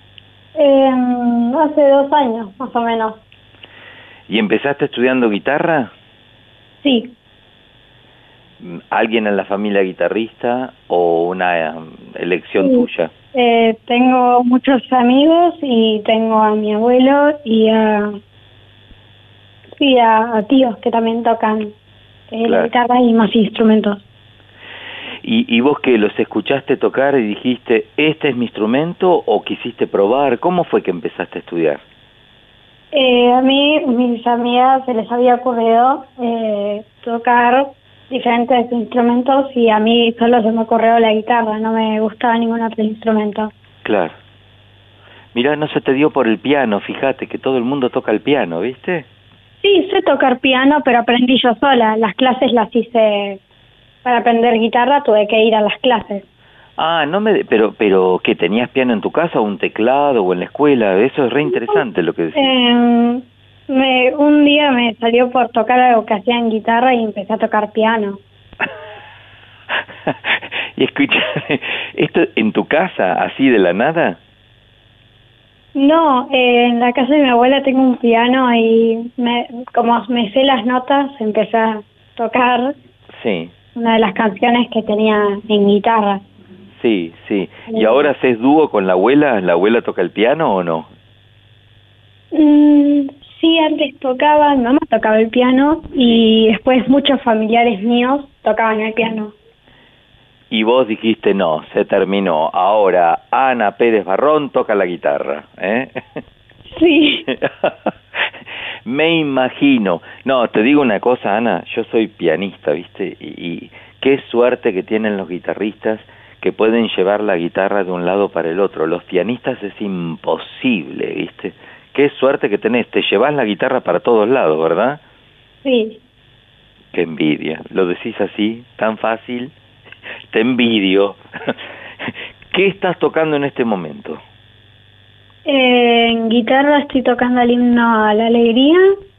Hace 2 años, más o menos. ¿Y empezaste estudiando guitarra? Sí. ¿Alguien en la familia guitarrista o una elección tuya? Tengo muchos amigos y tengo a mi abuelo y a tíos que también tocan la guitarra y más instrumentos. ¿Y vos que los escuchaste tocar y dijiste, este es mi instrumento, o quisiste probar? ¿Cómo fue que empezaste a estudiar? A mí, mis amigas, se les había ocurrido tocar diferentes instrumentos, y a mí solo se me ocurrió la guitarra, no me gustaba ningún otro instrumento. Claro. Mirá, no se te dio por el piano, fíjate que todo el mundo toca el piano, ¿viste? Sí, sé tocar piano, pero aprendí yo sola. Las clases las hice... Para aprender guitarra tuve que ir a las clases. Ah, pero ¿qué, tenías piano en tu casa, o un teclado, o en la escuela? Eso es re interesante lo que decís. Un día me salió por tocar algo que hacía en guitarra y empecé a tocar piano. Y escucha, ¿esto en tu casa, así de la nada? No, en la casa de mi abuela tengo un piano y como me sé las notas, empecé a tocar. Sí. Una de las canciones que tenía en guitarra. Sí, sí. ¿Y ahora haces dúo con la abuela? ¿La abuela toca el piano o no? Sí, antes tocaba, mi mamá tocaba el piano y después muchos familiares míos tocaban el piano. Y vos dijiste, no, se terminó. Ahora Ana Pérez Barrón toca la guitarra, ¿eh? Sí. Me imagino. No, te digo una cosa, Ana, yo soy pianista, ¿viste? Y qué suerte que tienen los guitarristas que pueden llevar la guitarra de un lado para el otro. Los pianistas es imposible, ¿viste? Qué suerte que tenés, te llevas la guitarra para todos lados, ¿verdad? Sí. Qué envidia, lo decís así, tan fácil, te envidio. ¿Qué estás tocando en este momento? En guitarra estoy tocando el himno a la alegría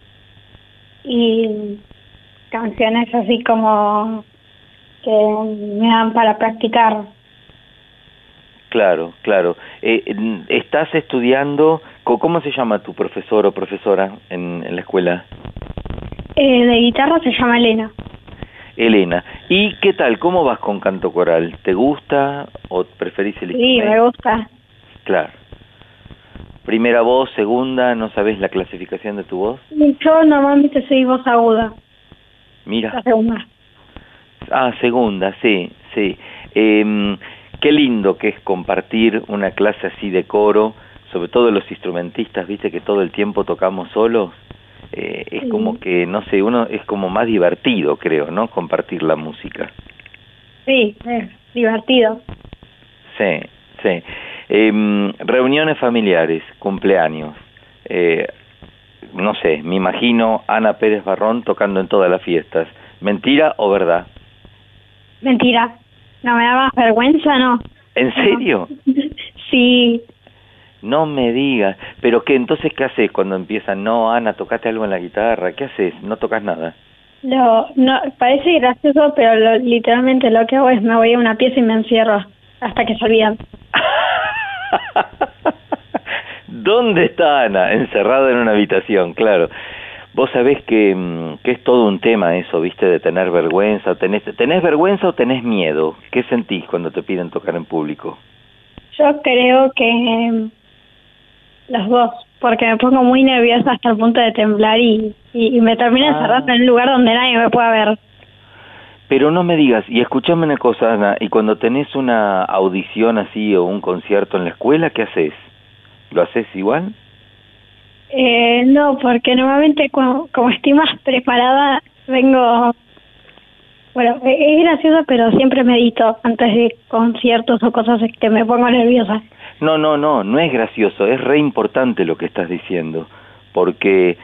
y canciones así como que me dan para practicar. Claro, claro. ¿Estás estudiando? ¿Cómo se llama tu profesor o profesora en la escuela? De guitarra se llama Elena. Elena. ¿Y qué tal? ¿Cómo vas con canto coral? ¿Te gusta o preferís el instrumento? Sí, me gusta. Claro. ¿Primera voz, segunda? ¿No sabés la clasificación de tu voz? Yo normalmente soy voz aguda. Mira. La segunda. Ah, segunda, sí, sí. Qué lindo que es compartir una clase así de coro, sobre todo los instrumentistas, viste que todo el tiempo tocamos solos, es como que, no sé, uno es como más divertido, creo, ¿no? Compartir la música. Sí, es divertido. Sí, sí. Reuniones familiares, cumpleaños, no sé, me imagino Ana Pérez Barrón tocando en todas las fiestas. ¿Mentira o verdad? Mentira. No me da más vergüenza, ¿no? ¿En serio? Sí. No me digas. ¿Pero qué? Entonces, ¿qué haces cuando empiezan? No, Ana, tocate algo en la guitarra. ¿Qué haces? ¿No tocas nada? No, parece gracioso, pero literalmente lo que hago es me voy a una pieza y me encierro hasta que se olvidan. ¿Dónde está Ana? Encerrada en una habitación, claro. Vos sabés que es todo un tema eso, ¿viste? De tener vergüenza. ¿Tenés vergüenza o tenés miedo? ¿Qué sentís cuando te piden tocar en público? Yo creo que los dos, porque me pongo muy nerviosa hasta el punto de temblar y me termino encerrando en un lugar donde nadie me pueda ver. Pero no me digas, y escuchame una cosa, Ana, y cuando tenés una audición así o un concierto en la escuela, ¿qué haces? ¿Lo haces igual? No, porque normalmente como estoy más preparada, vengo... Bueno, es gracioso, pero siempre medito antes de conciertos o cosas que me pongo nerviosa. No es gracioso, es re importante lo que estás diciendo, porque,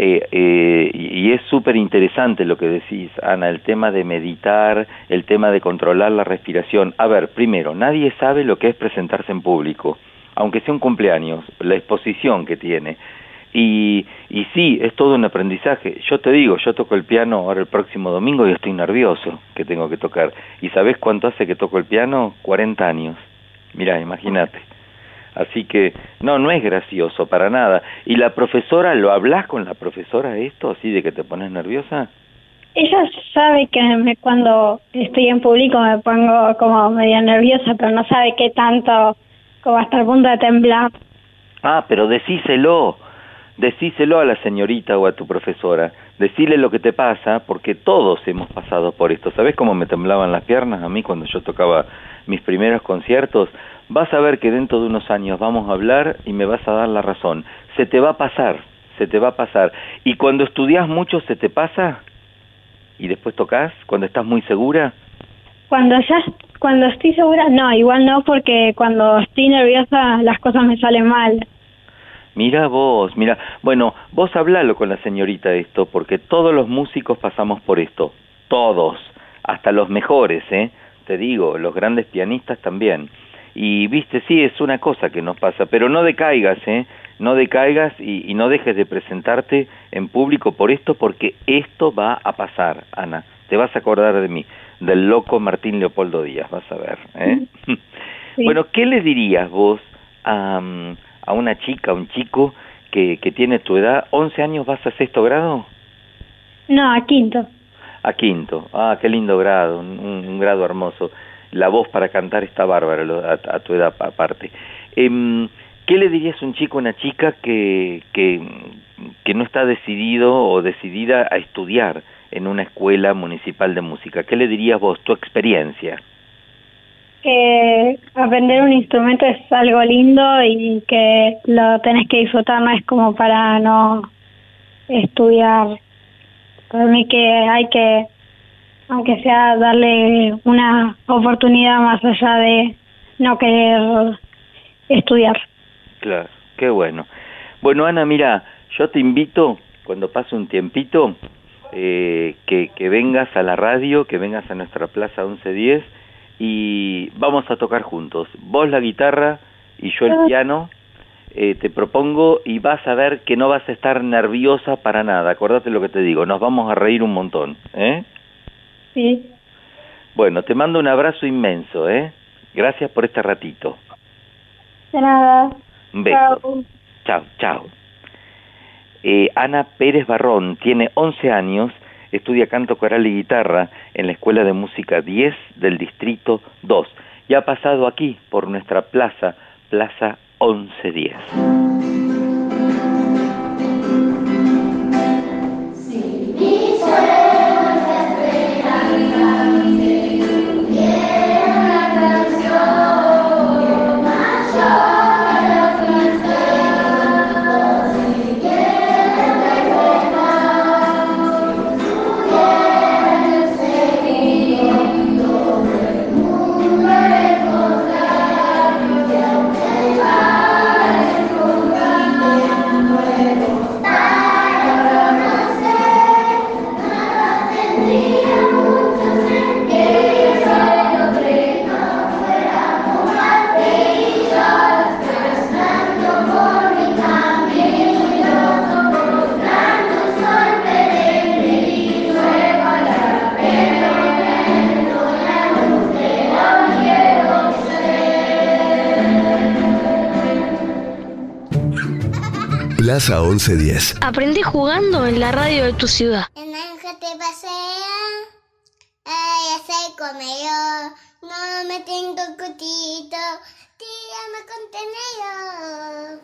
y es súper interesante lo que decís, Ana, el tema de meditar, el tema de controlar la respiración. A ver, primero, nadie sabe lo que es presentarse en público, aunque sea un cumpleaños, la exposición que tiene. Y sí, es todo un aprendizaje. Yo te digo, yo toco el piano ahora el próximo domingo y estoy nervioso que tengo que tocar. ¿Y sabés cuánto hace que toco el piano? 40 años. Mirá, imagínate. Así que, no es gracioso para nada. ¿Y la profesora, lo hablás con la profesora esto, así de que te pones nerviosa? Ella sabe que cuando estoy en público me pongo como medio nerviosa, pero no sabe qué tanto, como hasta el punto de temblar. Ah, pero decíselo a la señorita o a tu profesora, decile lo que te pasa, porque todos hemos pasado por esto. ¿Sabés cómo me temblaban las piernas a mí cuando yo tocaba mis primeros conciertos? Vas a ver que dentro de unos años vamos a hablar y me vas a dar la razón. Se te va a pasar. Y cuando estudias mucho, ¿se te pasa? ¿Y después tocas? ¿Cuando estás muy segura? Cuando estoy segura, no, igual no, porque cuando estoy nerviosa las cosas me salen mal. Mira vos, bueno, vos hablalo con la señorita esto, porque todos los músicos pasamos por esto, todos, hasta los mejores, te digo, los grandes pianistas también. Y viste, sí, es una cosa que nos pasa, pero no decaigas, no decaigas y no dejes de presentarte en público por esto, porque esto va a pasar, Ana, te vas a acordar de mí, del loco Martín Leopoldo Díaz, vas a ver, Sí. Bueno, ¿qué le dirías vos a una chica, un chico que tiene tu edad? ¿11 años vas a sexto grado? No, a quinto. A quinto. Ah, qué lindo grado, un grado hermoso. La voz para cantar está bárbara a tu edad aparte. ¿Qué le dirías a un chico o una chica que que no está decidido o decidida a estudiar en una escuela municipal de música. ¿Qué le dirías vos, tu experiencia? Que aprender un instrumento es algo lindo y que lo tenés que disfrutar, no es como para no estudiar. Para mí que hay que, aunque sea, darle una oportunidad más allá de no querer estudiar. Claro, qué bueno. Bueno, Ana, mira, yo te invito, cuando pase un tiempito, que vengas a la radio, que vengas a nuestra Plaza 1110, y vamos a tocar juntos. Vos la guitarra y yo el piano. Te propongo y vas a ver que no vas a estar nerviosa para nada. Acordate lo que te digo, nos vamos a reír un montón, ¿eh? Sí. Bueno, te mando un abrazo inmenso, ¿eh? Gracias por este ratito. De nada. Un beso. Chao, chao. Ana Pérez Barrón tiene 11 años, estudia canto coral y guitarra en la Escuela de Música 10 del Distrito 2 y ha pasado aquí por nuestra Plaza 1110. Plaza 1110. Aprendí jugando en la radio de tu ciudad. El naranja te pasea, ay, hace comedor, no me tengo cutito, tírame contenedor.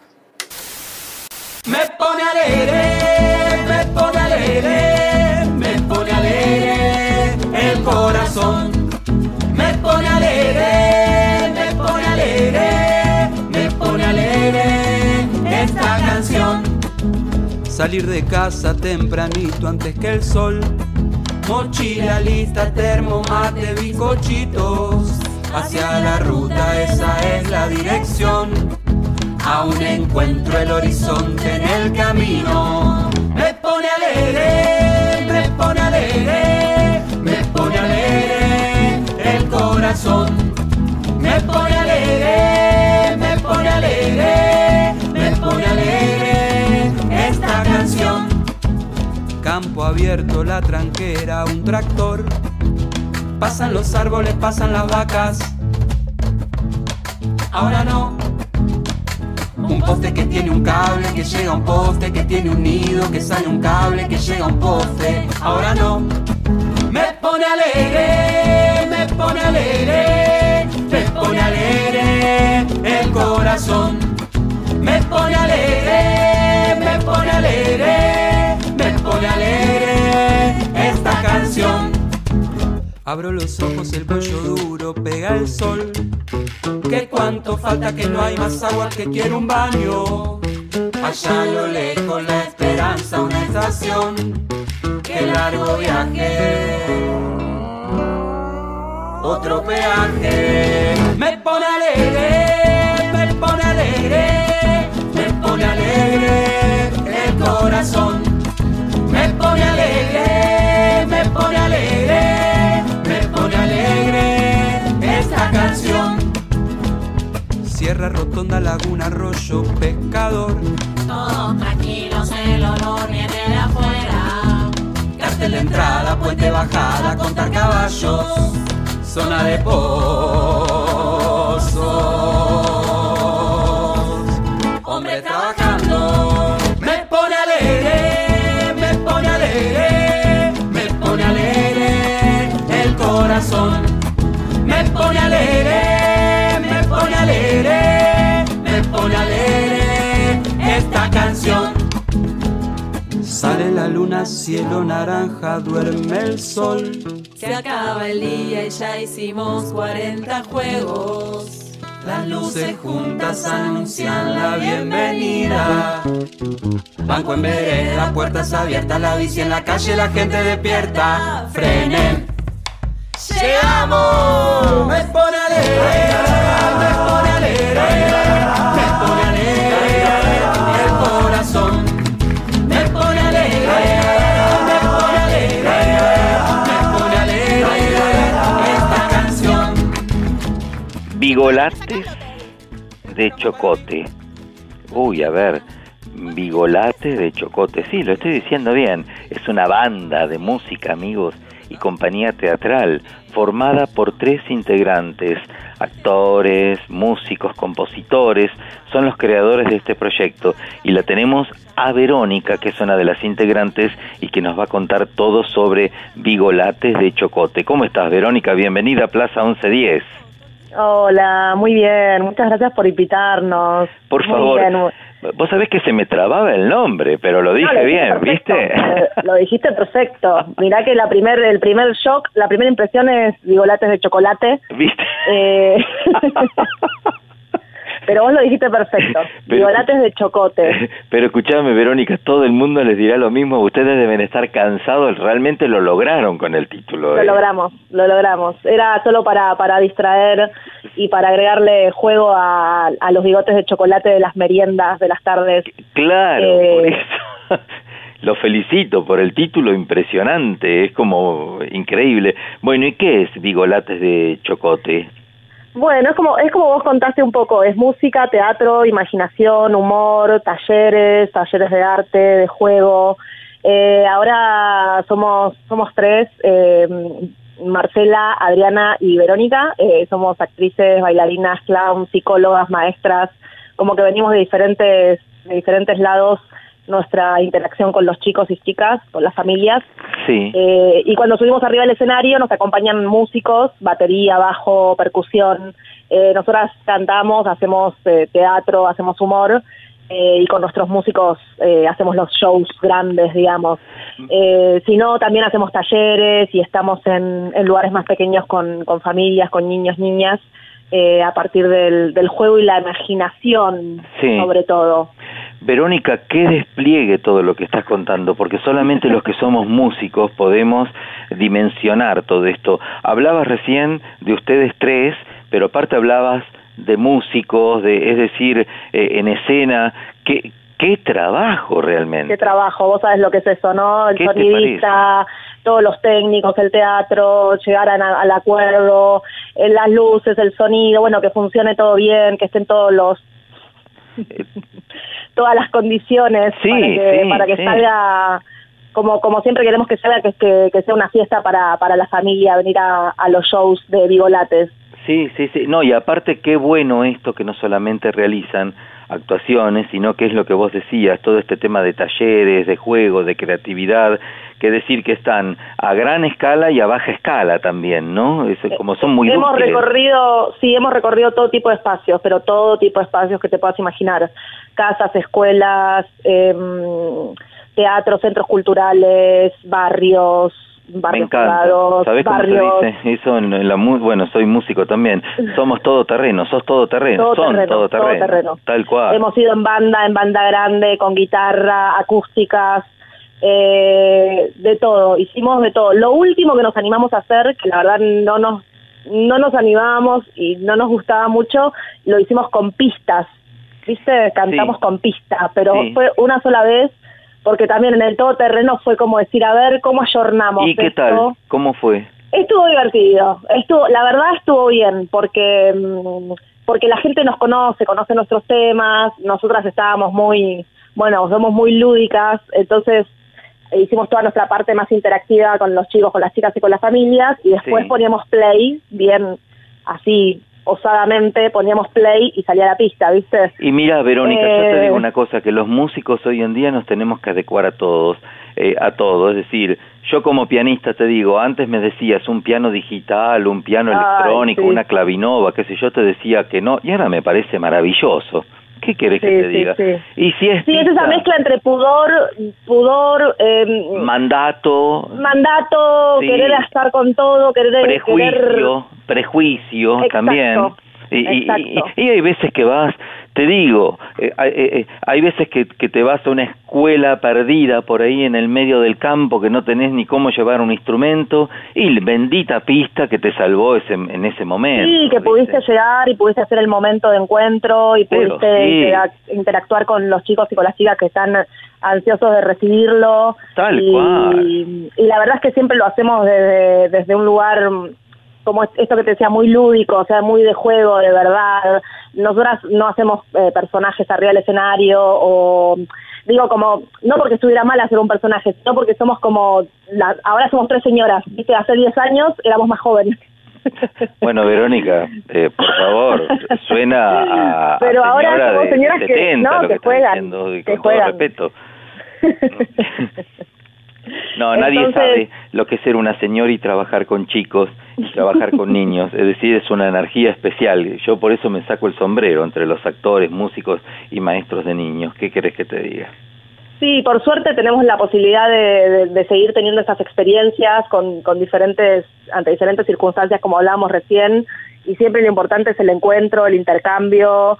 Me pone alegre, me pone alegre, me pone alegre el corazón. Me pone alegre, me pone alegre, me pone alegre esta canción. Salir de casa tempranito antes que el sol. Mochila lista, termo, mate, bizcochitos. Hacia la ruta, esa es la dirección. Aún encuentro el horizonte en el camino. Me pone alegre, me pone alegre, me pone alegre el corazón. Me pone alegre, me pone alegre, me pone alegre esta canción. Campo abierto, la tranquera, un tractor. Pasan los árboles, pasan las vacas. Ahora no. Un poste que tiene un cable, que llega a un poste, que tiene un nido, que sale un cable, que llega a un poste. Ahora no. Me pone alegre, me pone alegre, me pone alegre el corazón. Me pone alegre, me pone alegre, me pone alegre esta canción. Abro los ojos, el cuello duro, pega el sol. Que cuánto falta, que no hay más agua, que quiero un baño. Allá a lo lejos la esperanza, una estación. Qué largo viaje, otro peaje. Me pone alegre, me pone alegre, me pone alegre el corazón. Me pone alegre, me pone alegre, me pone alegre esta canción. Sierra Rotonda, Laguna, Arroyo, Pescador. Todos tranquilos, el olor viene de afuera. Cartel de entrada, puente bajada, contar caballos. Zona de pozos. Hombres trabajando. Me pone alegre, me pone alegre, me pone alegre el corazón. Me pone alegre, me pone alegre, me pone alegre esta canción. luna, cielo naranja, duerme el sol. Se acaba el día y ya hicimos 40 juegos. Las luces juntas anuncian la bienvenida. Banco en vereda, puertas abiertas, la bici en la calle, la gente despierta. Frenen. ¡Llegamos! Me pone alegre, me pone alegre, me pone alegre el corazón. Me pone alegre, me pone alegre, me pone alegre esta canción. Vigolates de Chocote. Uy, a ver, Vigolates de Chocote. Sí, lo estoy diciendo bien. Es una banda de música, amigos, y compañía teatral formada por 3 integrantes, actores, músicos, compositores, son los creadores de este proyecto, y la tenemos a Verónica, que es una de las integrantes y que nos va a contar todo sobre Vigolates de Chocote. ¿Cómo estás, Verónica? Bienvenida a Plaza 1110. Hola, muy bien, muchas gracias por invitarnos. Por favor, vos sabés que se me trababa el nombre, pero lo dije bien, perfecto. ¿viste? Lo dijiste perfecto. Mirá que el primer shock, la primera impresión es Vigolates de chocolate. ¿Viste? Pero vos lo dijiste perfecto, Vigolates de Chocote. Pero escuchame, Verónica, todo el mundo les dirá lo mismo, ustedes deben estar cansados, realmente lo lograron con el título. Lo logramos. Era solo para distraer y para agregarle juego a los bigotes de chocolate de las meriendas, de las tardes. Claro, por eso. Lo felicito por el título, impresionante, es como increíble. Bueno, ¿y qué es Vigolates de Chocote? Bueno, es como vos contaste un poco, es música, teatro, imaginación, humor, talleres de arte, de juego. Ahora somos 3, Marcela, Adriana y Verónica. Somos actrices, bailarinas, clowns, psicólogas, maestras, como que venimos de diferentes lados nuestra interacción con los chicos y chicas, con las familias. Sí. Y cuando subimos arriba del escenario nos acompañan músicos, batería, bajo, percusión. Nosotras cantamos, hacemos teatro, hacemos humor, y con nuestros músicos hacemos los shows grandes, digamos. Si no, también hacemos talleres y estamos en lugares más pequeños con familias, con niños, niñas, a partir del juego y la imaginación, sí, sobre todo. Verónica, qué despliegue todo lo que estás contando, porque solamente los que somos músicos podemos dimensionar todo esto. Hablabas recién de ustedes 3, pero aparte hablabas de músicos, es decir, en escena. ¿Qué trabajo realmente? ¿Qué trabajo? Vos sabés lo que es eso, ¿no? El sonidista, todos los técnicos, el teatro, llegar al acuerdo, las luces, el sonido, bueno, que funcione todo bien, que estén todas las condiciones, sí, para que salga como siempre queremos que salga, que sea una fiesta para la familia, venir a los shows de Vigolates. Sí. No, y aparte qué bueno esto que no solamente realizan actuaciones, sino que es lo que vos decías, todo este tema de talleres, de juego, de creatividad, que decir que están a gran escala y a baja escala también, ¿no? Como son muy hemos recorrido todo tipo de espacios, pero todo tipo de espacios que te puedas imaginar. Casas, escuelas, teatros, centros culturales, barrios privados, ¿sabés cómo se dice eso bueno, soy músico también, somos todoterreno, sos todoterreno, todoterreno, tal cual. Hemos ido en banda grande, con guitarra, acústicas, de todo, hicimos de todo. Lo último que nos animamos a hacer, que la verdad no nos animábamos y no nos gustaba mucho, lo hicimos con pistas, ¿viste? Cantamos con pista, pero fue una sola vez, porque también en el todoterreno fue como decir, a ver, ¿cómo ayornamos ¿Y qué esto? tal? ¿Cómo fue? Estuvo divertido, la verdad estuvo bien, porque la gente nos conoce nuestros temas, nosotras estábamos somos muy lúdicas, entonces hicimos toda nuestra parte más interactiva con los chicos, con las chicas y con las familias, y después poníamos play, bien así osadamente poníamos play y salía a la pista, ¿viste? Y mira, Verónica, yo te digo una cosa, que los músicos hoy en día nos tenemos que adecuar a todo, es decir, yo como pianista te digo, antes me decías un piano digital, un piano electrónico, una clavinova, qué sé yo, te decía que no, y ahora me parece maravilloso. ¿Qué querés que te diga? Sí. Y si es Sí, es esa mezcla entre pudor, mandato, sí, querer estar con todo, prejuicio Exacto, también. Y hay veces que vas, te digo, hay veces que te vas a una escuela perdida por ahí en el medio del campo que no tenés ni cómo llevar un instrumento y bendita pista que te salvó en ese momento. Sí, que pudiste llegar y pudiste hacer el momento de encuentro y pudiste interactuar con los chicos y con las chicas que están ansiosos de recibirlo. Tal cual. Y la verdad es que siempre lo hacemos desde un lugar como esto que te decía, muy lúdico, o sea, muy de juego, de verdad. Nosotras no hacemos personajes arriba del escenario, o digo como, no porque estuviera mal hacer un personaje, sino porque somos como, ahora somos 3 señoras, ¿viste? Hace 10 años éramos más jóvenes. Bueno, Verónica, por favor, suena a pero a ahora somos señoras de que 70, no, lo que estás juegan, diciendo, y que con todo juegan. respeto. No, nadie sabe lo que es ser una señora y trabajar con chicos y trabajar con niños, es decir, es una energía especial. Yo por eso me saco el sombrero entre los actores, músicos y maestros de niños. ¿Qué querés que te diga? Sí, por suerte tenemos la posibilidad de seguir teniendo estas experiencias ante diferentes circunstancias, como hablábamos recién, y siempre lo importante es el encuentro, el intercambio,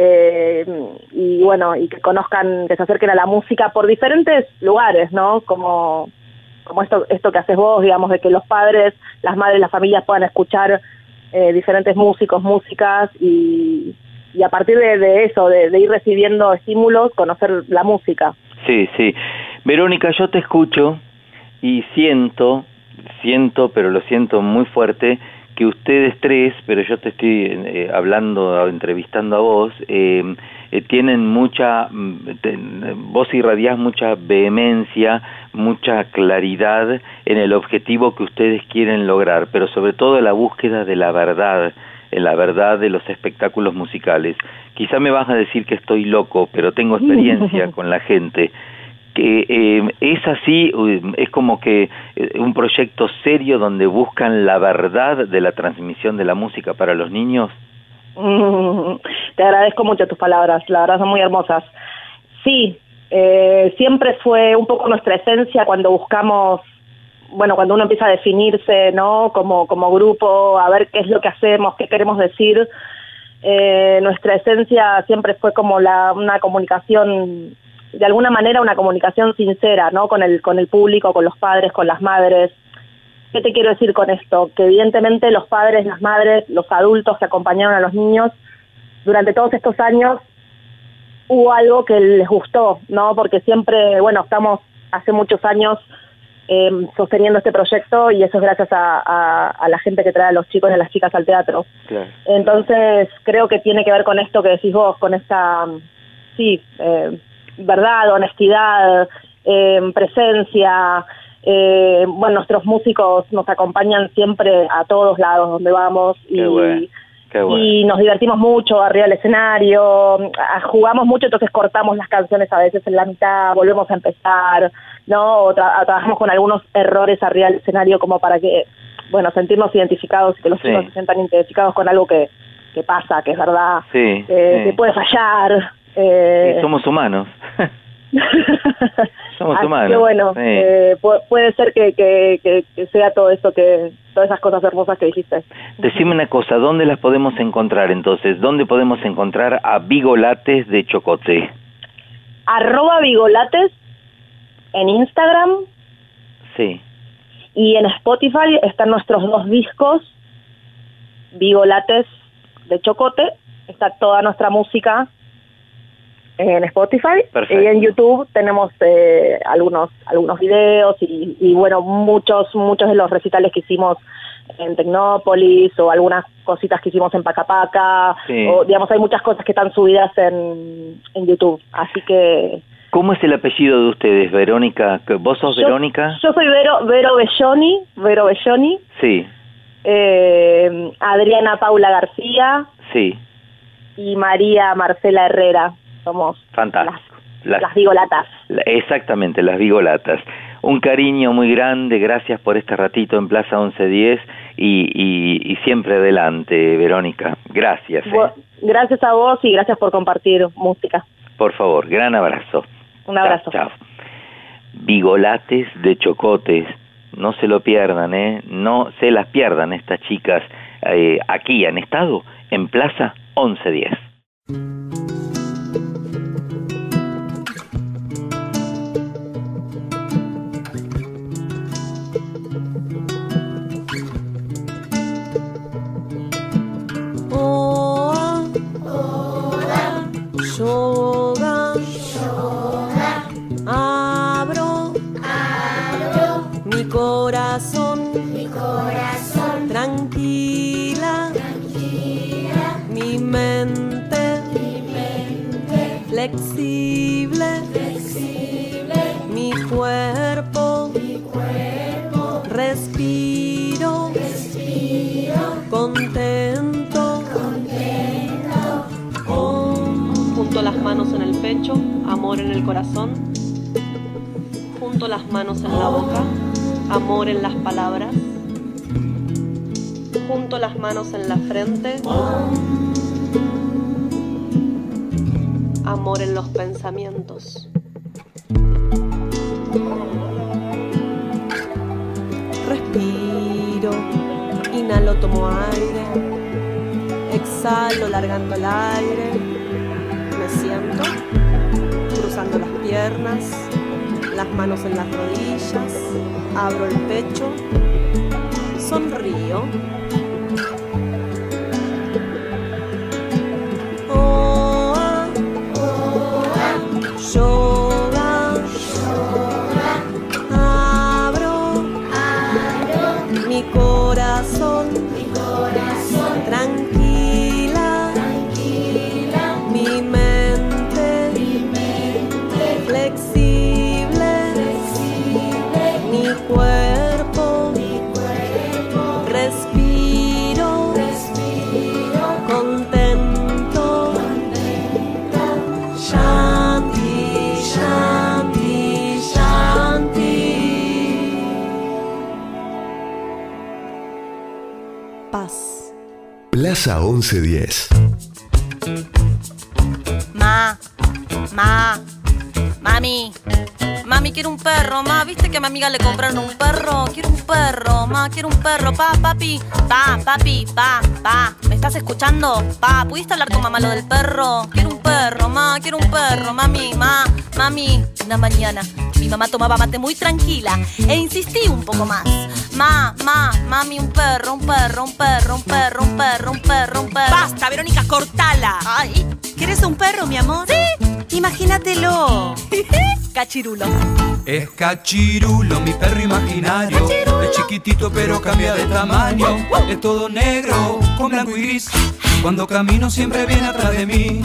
y bueno, y que conozcan, que se acerquen a la música por diferentes lugares, ¿no? Como esto que haces vos, digamos, de que los padres, las madres, las familias puedan escuchar diferentes músicos, músicas, y a partir de eso, de ir recibiendo estímulos, conocer la música. Sí, sí. Verónica, yo te escucho y siento, pero lo siento muy fuerte, que ustedes 3, pero yo te estoy entrevistando a vos, tienen vos irradiás mucha vehemencia, mucha claridad en el objetivo que ustedes quieren lograr, pero sobre todo la búsqueda de la verdad, en la verdad de los espectáculos musicales. Quizá me vas a decir que estoy loco, pero tengo experiencia con la gente. Que es así, es como que un proyecto serio donde buscan la verdad de la transmisión de la música para los niños. Te agradezco mucho tus palabras, la verdad son muy hermosas. Sí, siempre fue un poco nuestra esencia cuando buscamos, bueno, cuando uno empieza a definirse, ¿no? Como grupo, a ver qué es lo que hacemos, qué queremos decir. Nuestra esencia siempre fue como una comunicación, de alguna manera una comunicación sincera, ¿no? Con el público, con los padres, con las madres. ¿Qué te quiero decir con esto? Que evidentemente los padres, las madres, los adultos que acompañaron a los niños, durante todos estos años hubo algo que les gustó, ¿no? Porque siempre, bueno, estamos hace muchos años sosteniendo este proyecto, y eso es gracias a la gente que trae a los chicos y a las chicas al teatro. Claro. Entonces creo que tiene que ver con esto que decís vos, con esta, verdad, honestidad, presencia. Bueno, nuestros músicos nos acompañan siempre a todos lados donde vamos. Qué bueno. Y nos divertimos mucho arriba del escenario, jugamos mucho, entonces cortamos las canciones a veces en la mitad, volvemos a empezar, ¿no? O trabajamos con algunos errores arriba del escenario como para que, bueno, sentirnos identificados y que los chicos se sientan identificados con algo que pasa, que es verdad, que puede fallar. Somos humanos. Somos humanos. Que bueno, puede ser que sea todo eso, todas esas cosas hermosas que dijiste. Decime una cosa, ¿dónde las podemos encontrar entonces? ¿Dónde podemos encontrar a Vigolates de Chocote? @Vigolates en Instagram. Sí. Y en Spotify están nuestros 2 discos, Vigolates de Chocote, está toda nuestra música en Spotify. Perfecto. Y en YouTube tenemos algunos videos y bueno, muchos de los recitales que hicimos en Tecnópolis, o algunas cositas que hicimos en Pacapaca, o digamos, hay muchas cosas que están subidas en YouTube, así que... ¿Cómo es el apellido de ustedes, Verónica? ¿Vos sos Verónica? Yo soy Vero Belloni. Sí. Adriana Paula García. Sí. Y María Marcela Herrera. Somos fantástico. Las Vigolatas. Exactamente, las Vigolatas. Un cariño muy grande, gracias por este ratito en Plaza 1110 y siempre adelante, Verónica. Gracias. Gracias a vos y gracias por compartir música. Por favor, gran abrazo. Un abrazo. Chao. Bigolates de chocotes, no se lo pierdan, no se las pierdan estas chicas. Aquí han estado en Plaza 1110. Yoga, abro mi corazón, tranquila, mi mente, flexible, mi cuerpo, respiro, contento. Junto las manos en el pecho, amor en el corazón. Junto las manos en la boca, amor en las palabras. Junto las manos en la frente, amor en los pensamientos. Respiro, inhalo, tomo aire, exhalo largando el aire. Me siento, cruzando las piernas, las manos en las rodillas, abro el pecho, sonrío. Yoga, abro mi corazón, tranquila, mi mente, flexible, mi cuerpo, respiro, contento, Shanti, Shanti, Shanti. Paz. Plaza 1110. Mami, quiero un perro, ¿viste que a mi amiga le compraron un perro? Quiero un perro, quiero un perro, papi, ¿me estás escuchando? ¿Pudiste hablar con mamá lo del perro? Quiero un perro, mami. Una mañana, mi mamá tomaba mate muy tranquila e insistí un poco más. Mami, un perro. Basta, Verónica, cortala. Ay, ¿quieres un perro, mi amor? Sí. Imagínatelo. Cachirulo. Es Cachirulo, mi perro imaginario. Cachirulo. Es chiquitito pero cambia de tamaño. Es todo negro, con blanco y gris. Cuando camino siempre viene atrás de mí.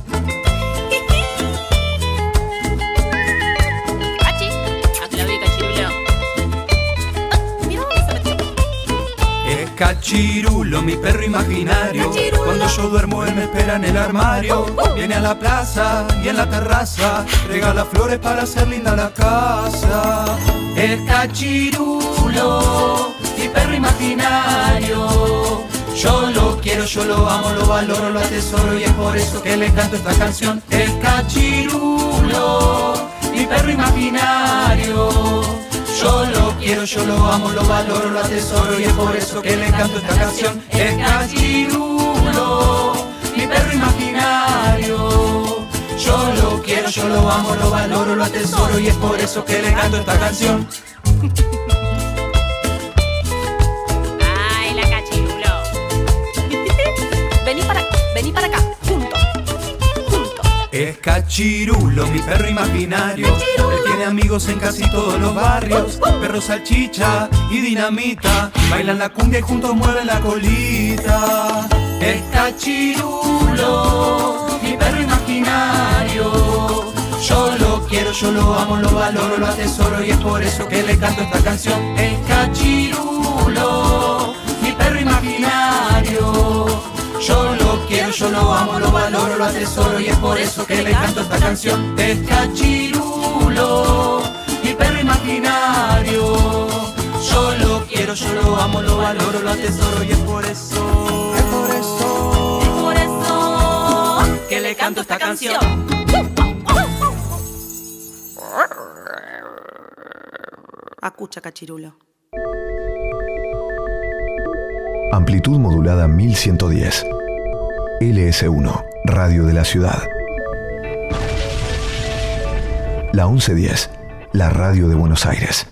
Es Cachirulo, mi perro imaginario. Cachirulo. Cuando yo duermo él me espera en el armario. Viene a la plaza y en la terraza regala flores para hacer linda la casa. Es Cachirulo, mi perro imaginario. Yo lo quiero, yo lo amo, lo valoro, lo atesoro y es por eso que le canto esta canción. Es Cachirulo, mi perro imaginario. Yo lo quiero, yo lo amo, lo valoro, lo atesoro y es por eso que le canto esta canción. Es Cachirulo, mi perro imaginario. Yo lo quiero, yo lo amo, lo valoro, lo atesoro y es por eso que le canto esta canción. Ay, la Cachirulo. Vení para acá, junto. Es Cachirulo, mi perro imaginario. Él tiene amigos en casi todos los barrios. Perro salchicha y dinamita bailan la cumbia y juntos mueven la colita. Es Cachirulo, mi perro imaginario. Yo lo quiero, yo lo amo, lo valoro, lo atesoro y es por eso que le canto esta canción. Es Cachirulo, mi perro imaginario. Yo lo quiero, yo lo amo, lo valoro, lo atesoro y es por eso que le canto esta canción. Es Cachirulo, mi perro imaginario. imaginario. Yo lo quiero, yo lo amo, lo valoro, lo atesoro y es por eso que le canto esta canción. Acucha, cachirulo. Amplitud modulada 1110. LS1, Radio de la Ciudad. La 1110, la radio de Buenos Aires.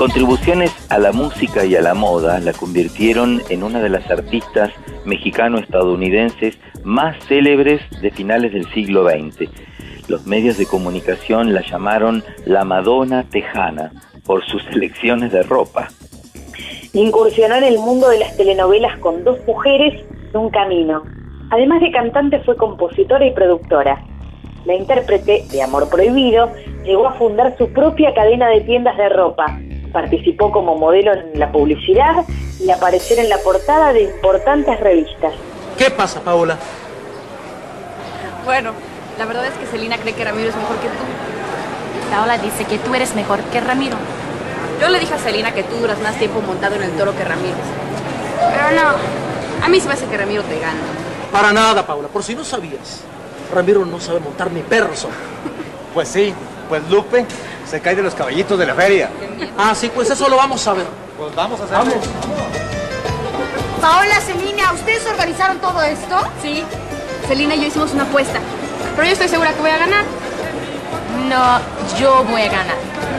contribuciones a la música y a la moda la convirtieron en una de las artistas mexicano-estadounidenses más célebres de finales del siglo XX. Los medios de comunicación la llamaron la Madonna Tejana por sus selecciones de ropa. Incursionó en el mundo de las telenovelas con Dos mujeres y un camino. Además de cantante, fue compositora y productora. La intérprete de Amor Prohibido llegó a fundar su propia cadena de tiendas de ropa. Participó como modelo en la publicidad y aparecer en la portada de importantes revistas. ¿Qué pasa, Paola? Bueno, la verdad es que Selena cree que Ramiro es mejor que tú. Paola dice que tú eres mejor que Ramiro. Yo le dije a Selena que tú duras más tiempo montado en el toro que Ramiro. Pero no, a mí se me hace que Ramiro te gana. Para nada, Paola, por si no sabías. Ramiro no sabe montar ni perro solo. Pues sí, pues Lupe se cae de los caballitos de la feria. Ah, sí, pues eso lo vamos a ver. Pues vamos a hacerlo. Vamos. Paola, Selena, ¿ustedes organizaron todo esto? Sí, Selena y yo hicimos una apuesta. Pero yo estoy segura que voy a ganar. No, yo voy a ganar.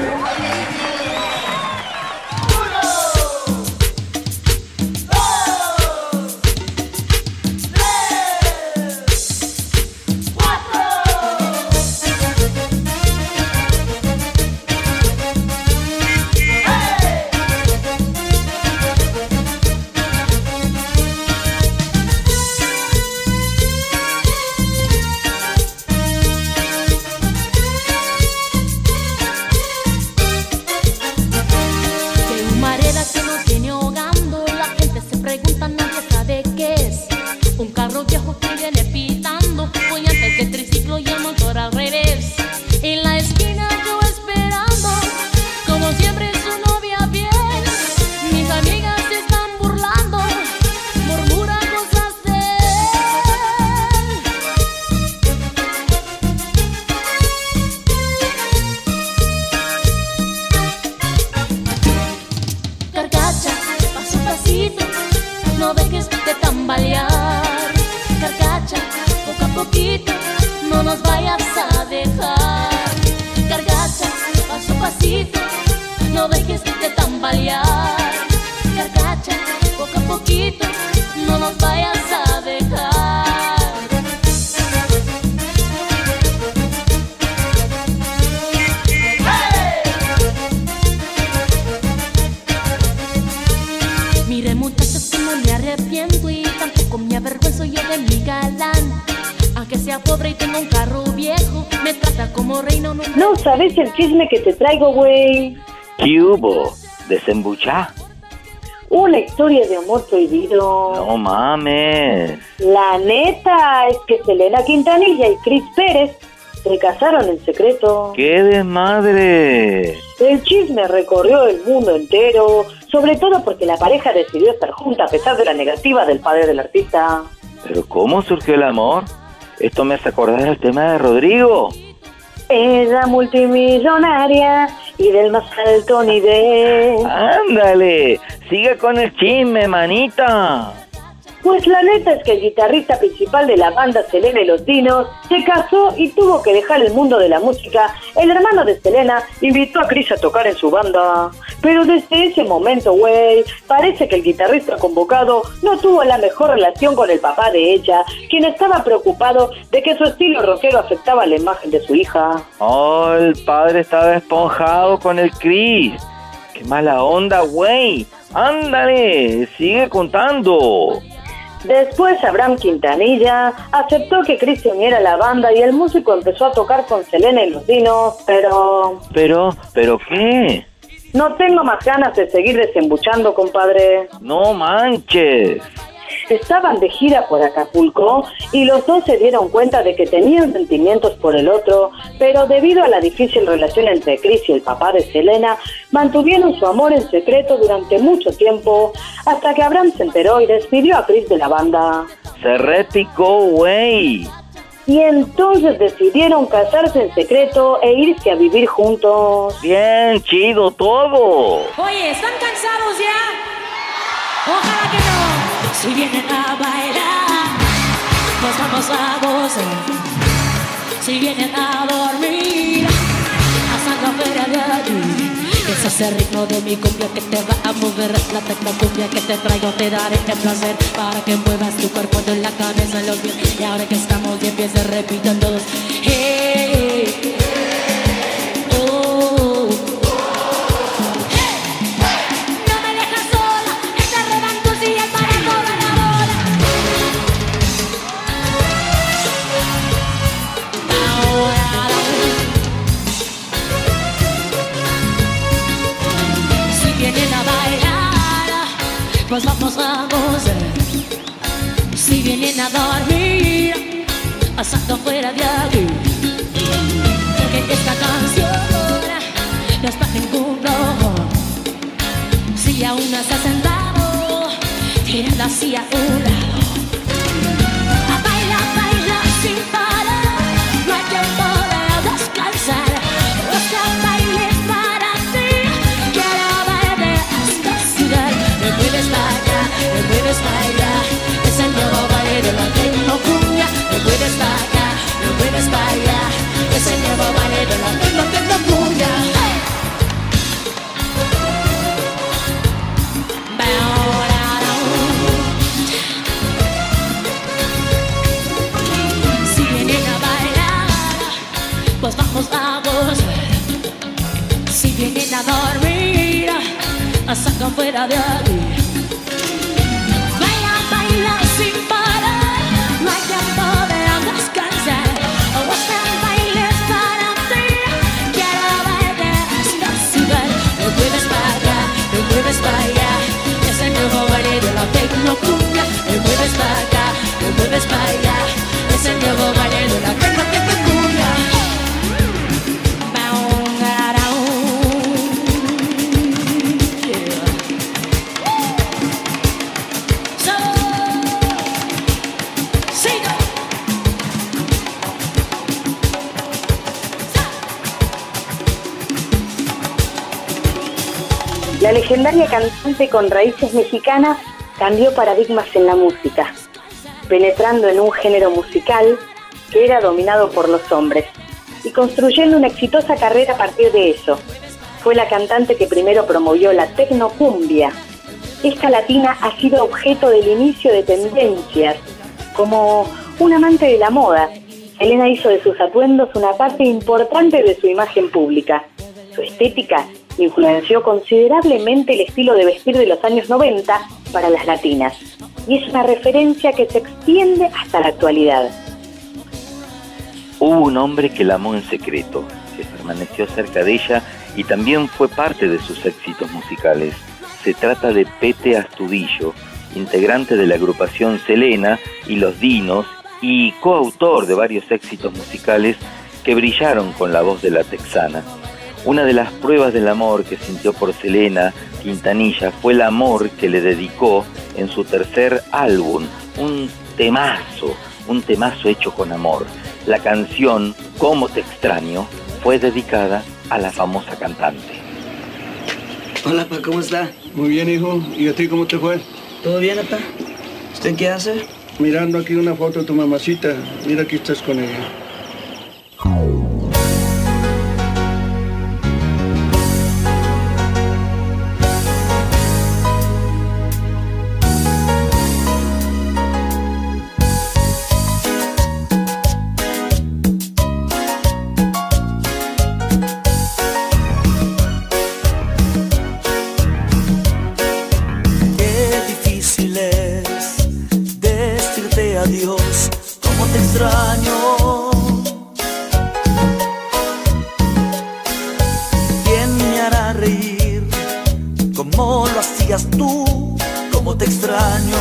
No sabes el chisme que te traigo, güey. ¿Qué hubo? ¿Desembuchá? Una historia de amor prohibido. No mames. La neta es que Selena Quintanilla y Chris Pérez se casaron en secreto. ¡Qué desmadre! El chisme recorrió el mundo entero, sobre todo porque la pareja decidió estar junta a pesar de la negativa del padre del artista. ¿Pero cómo surgió el amor? Esto me hace acordar el tema de Rodrigo. Ella multimillonaria y del más alto nivel. ¡Ándale! ¡Sigue con el chisme, manita! Pues la neta es que el guitarrista principal de la banda Selena y los Dinos se casó y tuvo que dejar el mundo de la música. El hermano de Selena invitó a Chris a tocar en su banda. Pero desde ese momento, güey, parece que el guitarrista convocado no tuvo la mejor relación con el papá de ella, quien estaba preocupado de que su estilo rockero afectaba la imagen de su hija. Oh, el padre estaba esponjado con el Chris. ¡Qué mala onda, güey! ¡Ándale! ¡Sigue contando! Después Abraham Quintanilla aceptó que Chris se uniera a la banda y el músico empezó a tocar con Selena y los Dinos, ¿Pero qué? No tengo más ganas de seguir desembuchando, compadre. ¡No manches! Estaban de gira por Acapulco y los dos se dieron cuenta de que tenían sentimientos por el otro, pero debido a la difícil relación entre Chris y el papá de Selena, mantuvieron su amor en secreto durante mucho tiempo, hasta que Abraham se enteró y despidió a Chris de la banda. ¡Se repicó, güey! Y entonces decidieron casarse en secreto e irse a vivir juntos. ¡Bien, chido todo! Oye, ¿están cansados ya? Ojalá que no. Si vienen a bailar, pues vamos a gozar. Si vienen a dormir, hasta la feria de allí, que Es ese ritmo de mi cumbia que te va a mover. Es la tecnocumbia que te traigo, te daré el placer para que muevas tu cuerpo de la cabeza a los pies. Y ahora que estamos bien, se repitan todos. Hey, oh. No me dejas sola, este rebanco sigue para toda la bola. Si vienen a bailar, pues vamos a gozar. Si vienen a dormir, pasando fuera de aquí. Porque esta canción no está en ningún blog. Si aún no se ha sentado, tírala así a un lado. A bailar, bailar sin parar, no hay tiempo de descansar. Este baile es para ti, quiero verte hasta sudar. Me mueves para allá, me mueves para allá. Es el nuevo baile de la tecnocumbia. Me mueves para acá, me mueves para allá. Es el nuevo baile de la tecnocumbia. Si vienen a bailar, pues vamos a gozar. Si vienen a dormir, sacan fuera de aquí. Baila, baila sin parar, no hay tiempo de descansar. Este baile es para ti, quiero verte hasta sudar. Me mueves para acá, me mueves para allá. Es el nuevo baile de la tecnocumbia. Me mueves para acá, me mueves para allá. Es el nuevo baile de la tecnocumbia. La legendaria cantante con raíces mexicanas cambió paradigmas en la música, penetrando en un género musical que era dominado por los hombres y construyendo una exitosa carrera a partir de eso. Fue la cantante que primero promovió la tecnocumbia. Esta latina ha sido objeto del inicio de tendencias, como un amante de la moda. Selena hizo de sus atuendos una parte importante de su imagen pública. Su estética influenció considerablemente el estilo de vestir de los años 90 para las latinas, y es una referencia que se extiende hasta la actualidad. Hubo un hombre que la amó en secreto, que permaneció cerca de ella y también fue parte de sus éxitos musicales. Se trata de Pete Astudillo, integrante de la agrupación Selena y Los Dinos y coautor de varios éxitos musicales que brillaron con la voz de la texana. Una de las pruebas del amor que sintió por Selena Quintanilla fue el amor que le dedicó en su tercer álbum, un temazo hecho con amor. La canción Cómo te extraño fue dedicada a la famosa cantante. Hola, pa, ¿cómo está? Muy bien, hijo. ¿Y a ti cómo te fue? ¿Todo bien, apa? ¿Usted qué hace? Mirando aquí una foto de tu mamacita. Mira, aquí estás con ella. Adiós, cómo te extraño. ¿Quién me hará reír como lo hacías tú? Cómo te extraño.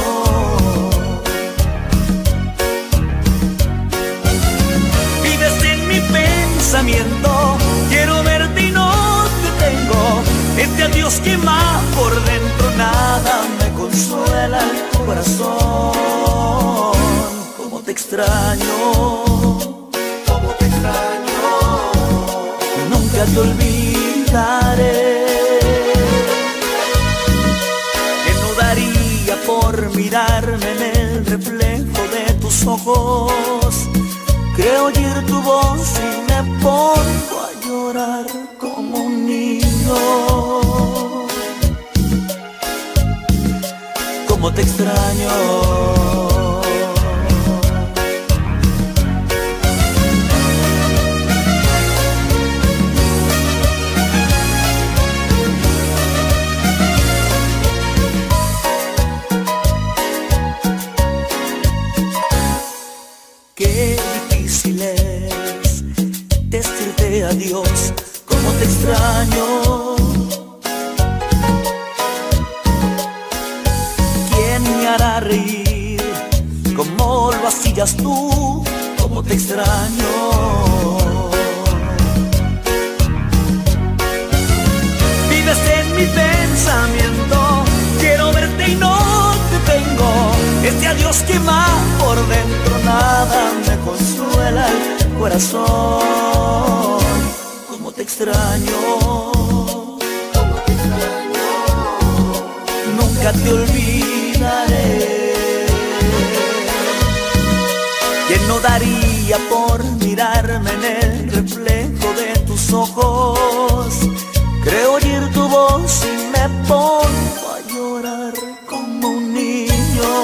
Vives en mi pensamiento, quiero verte y no te tengo. Este adiós quema por dentro, nada me consuela el corazón. Te extraño, cómo te extraño, nunca te olvidaré. Que no daría por mirarme en el reflejo de tus ojos, que oír tu voz y me pongo a llorar como un niño. cómo te extraño. Qué difícil es decirte adiós, cómo te extraño. ¿Quién me hará reír como lo hacías tú? Cómo te extraño. Vives en mi pensamiento, quiero verte y no te tengo. Este adiós quema por dentro, nada me consuela el corazón. Cómo te extraño, cómo te extraño. Nunca te olvidaré. ¿Quién no daría por mirarme en el reflejo de tus ojos? Creo oír tu voz y me pongo a llorar como un niño.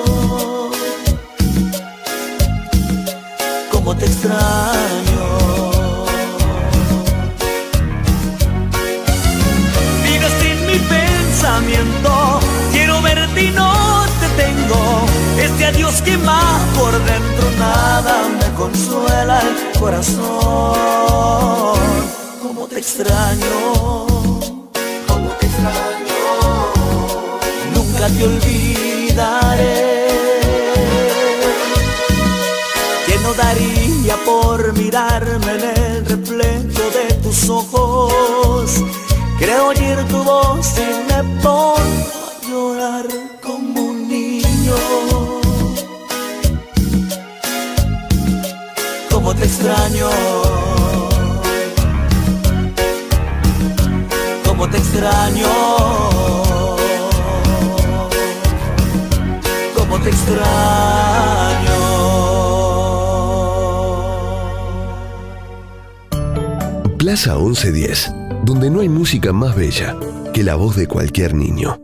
Cómo te extraño. Vives en mi pensamiento, quiero verte y no te tengo. Este adiós quema por dentro, nada me consuela el corazón. Cómo te extraño, cómo te extraño. Nunca te olvidaré. ¿Quién no daría por mirarme en el reflejo de tus ojos? Creo oír tu voz y me pongo a llorar como un niño. Cómo te extraño. Cómo te extraño. Cómo te extraño. Plaza 1110, donde no hay música más bella que la voz de cualquier niño.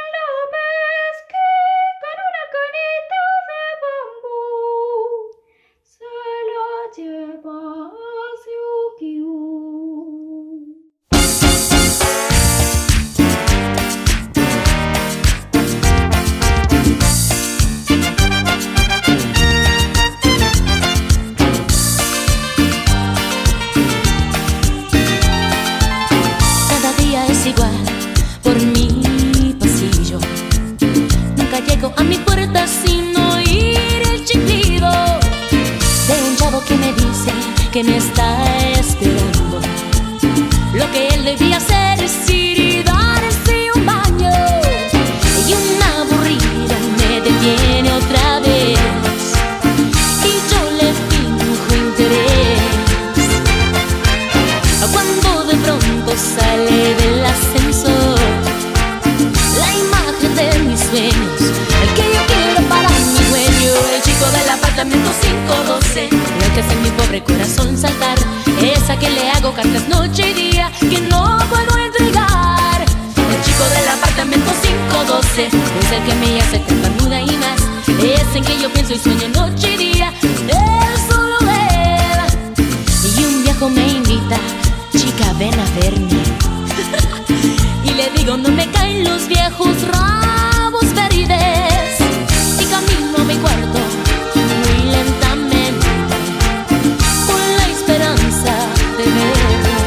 Que me está esperando. Lo que él debía hacer es ir y darse un baño. Y una aburrida me detiene otra vez. Y yo le finjo interés. Cuando de pronto sale del ascensor la imagen de mis sueños, el que yo quiero para mi dueño, el chico del apartamento 512. Lo que hace mi pobre corazón saltar, esa que le hago cartas noche y día, que no puedo entregar. El chico del apartamento 512 es el que me hace tartamuda y más. Es en que yo pienso y sueño noche y día, él solo él. Y un viejo me invita, chica ven a verme. Y le digo no me caen los viejos rabos verdes. Y camino a mi cuarto muy lentamente, con la esperanza de verlo.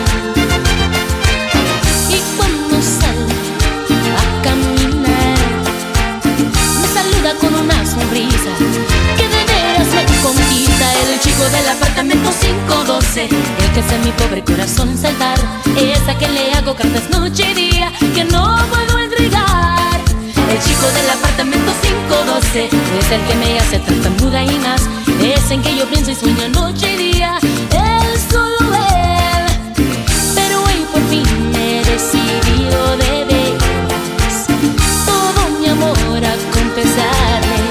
Y cuando salgo a caminar, me saluda con una sonrisa que de veras me conquista. El chico del apartamento 512, el que hace mi pobre corazón saltar, esa que le hago cartas noche y día, que no puedo entregar. El chico del apartamento 512 es el que me hace tartamuda y más. Es en que yo pienso y sueño noche y día, él solo él. Pero hoy por fin me he decidido de veras todo mi amor a confesarle.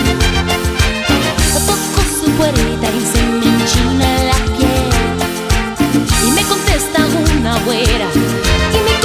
Toco su puerta y se me enchina la piel, y me contesta una güera y me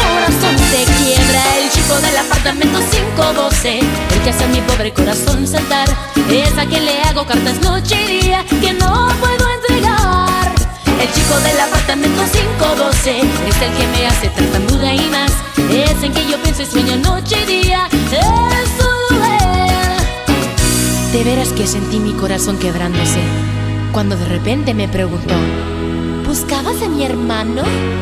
pobre corazón saltar. Es a quien le hago cartas noche y día que no puedo entregar. El chico del apartamento 512 es el que me hace tartamuda y más. Es en que yo pienso y sueño noche y día. Es solo él. De veras que sentí mi corazón quebrándose cuando de repente me preguntó: ¿buscabas a mi hermano?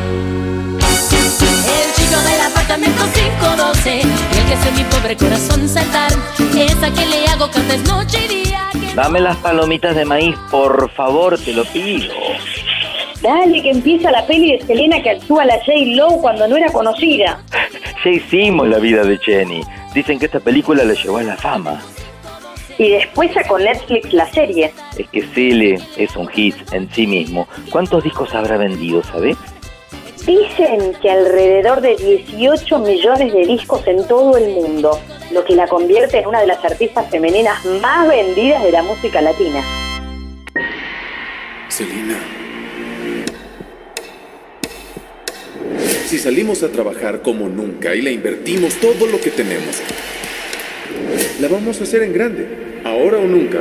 El chico del apartamento 512, el que hace mi pobre corazón saltar, es a quien le hago cartas noche y día. Dame las palomitas de maíz, por favor, te lo pido. Dale, que empieza la peli de Selena que actúa la J-Lo cuando no era conocida. Ya hicimos la vida de Jenny. Dicen que esta película le llevó a la fama. Y después sacó Netflix la serie. Es que Cele es un hit en sí mismo. ¿Cuántos discos habrá vendido, sabes? Dicen que alrededor de 18 millones de discos en todo el mundo, lo que la convierte en una de las artistas femeninas más vendidas de la música latina. Selena, si salimos a trabajar como nunca y le invertimos todo lo que tenemos, la vamos a hacer en grande, ahora o nunca.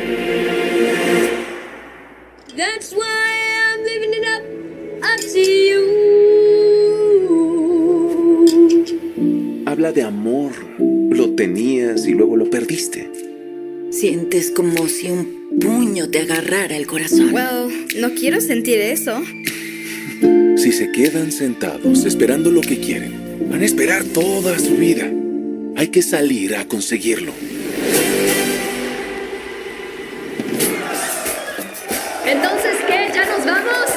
That's why I'm living it up to you. Habla de amor. Lo tenías y luego lo perdiste. Sientes como si un puño te agarrara el corazón. Well, no quiero sentir eso. Si se quedan sentados esperando lo que quieren, van a esperar toda su vida. Hay que salir a conseguirlo. Entonces, ¿qué? ¿Ya nos vamos?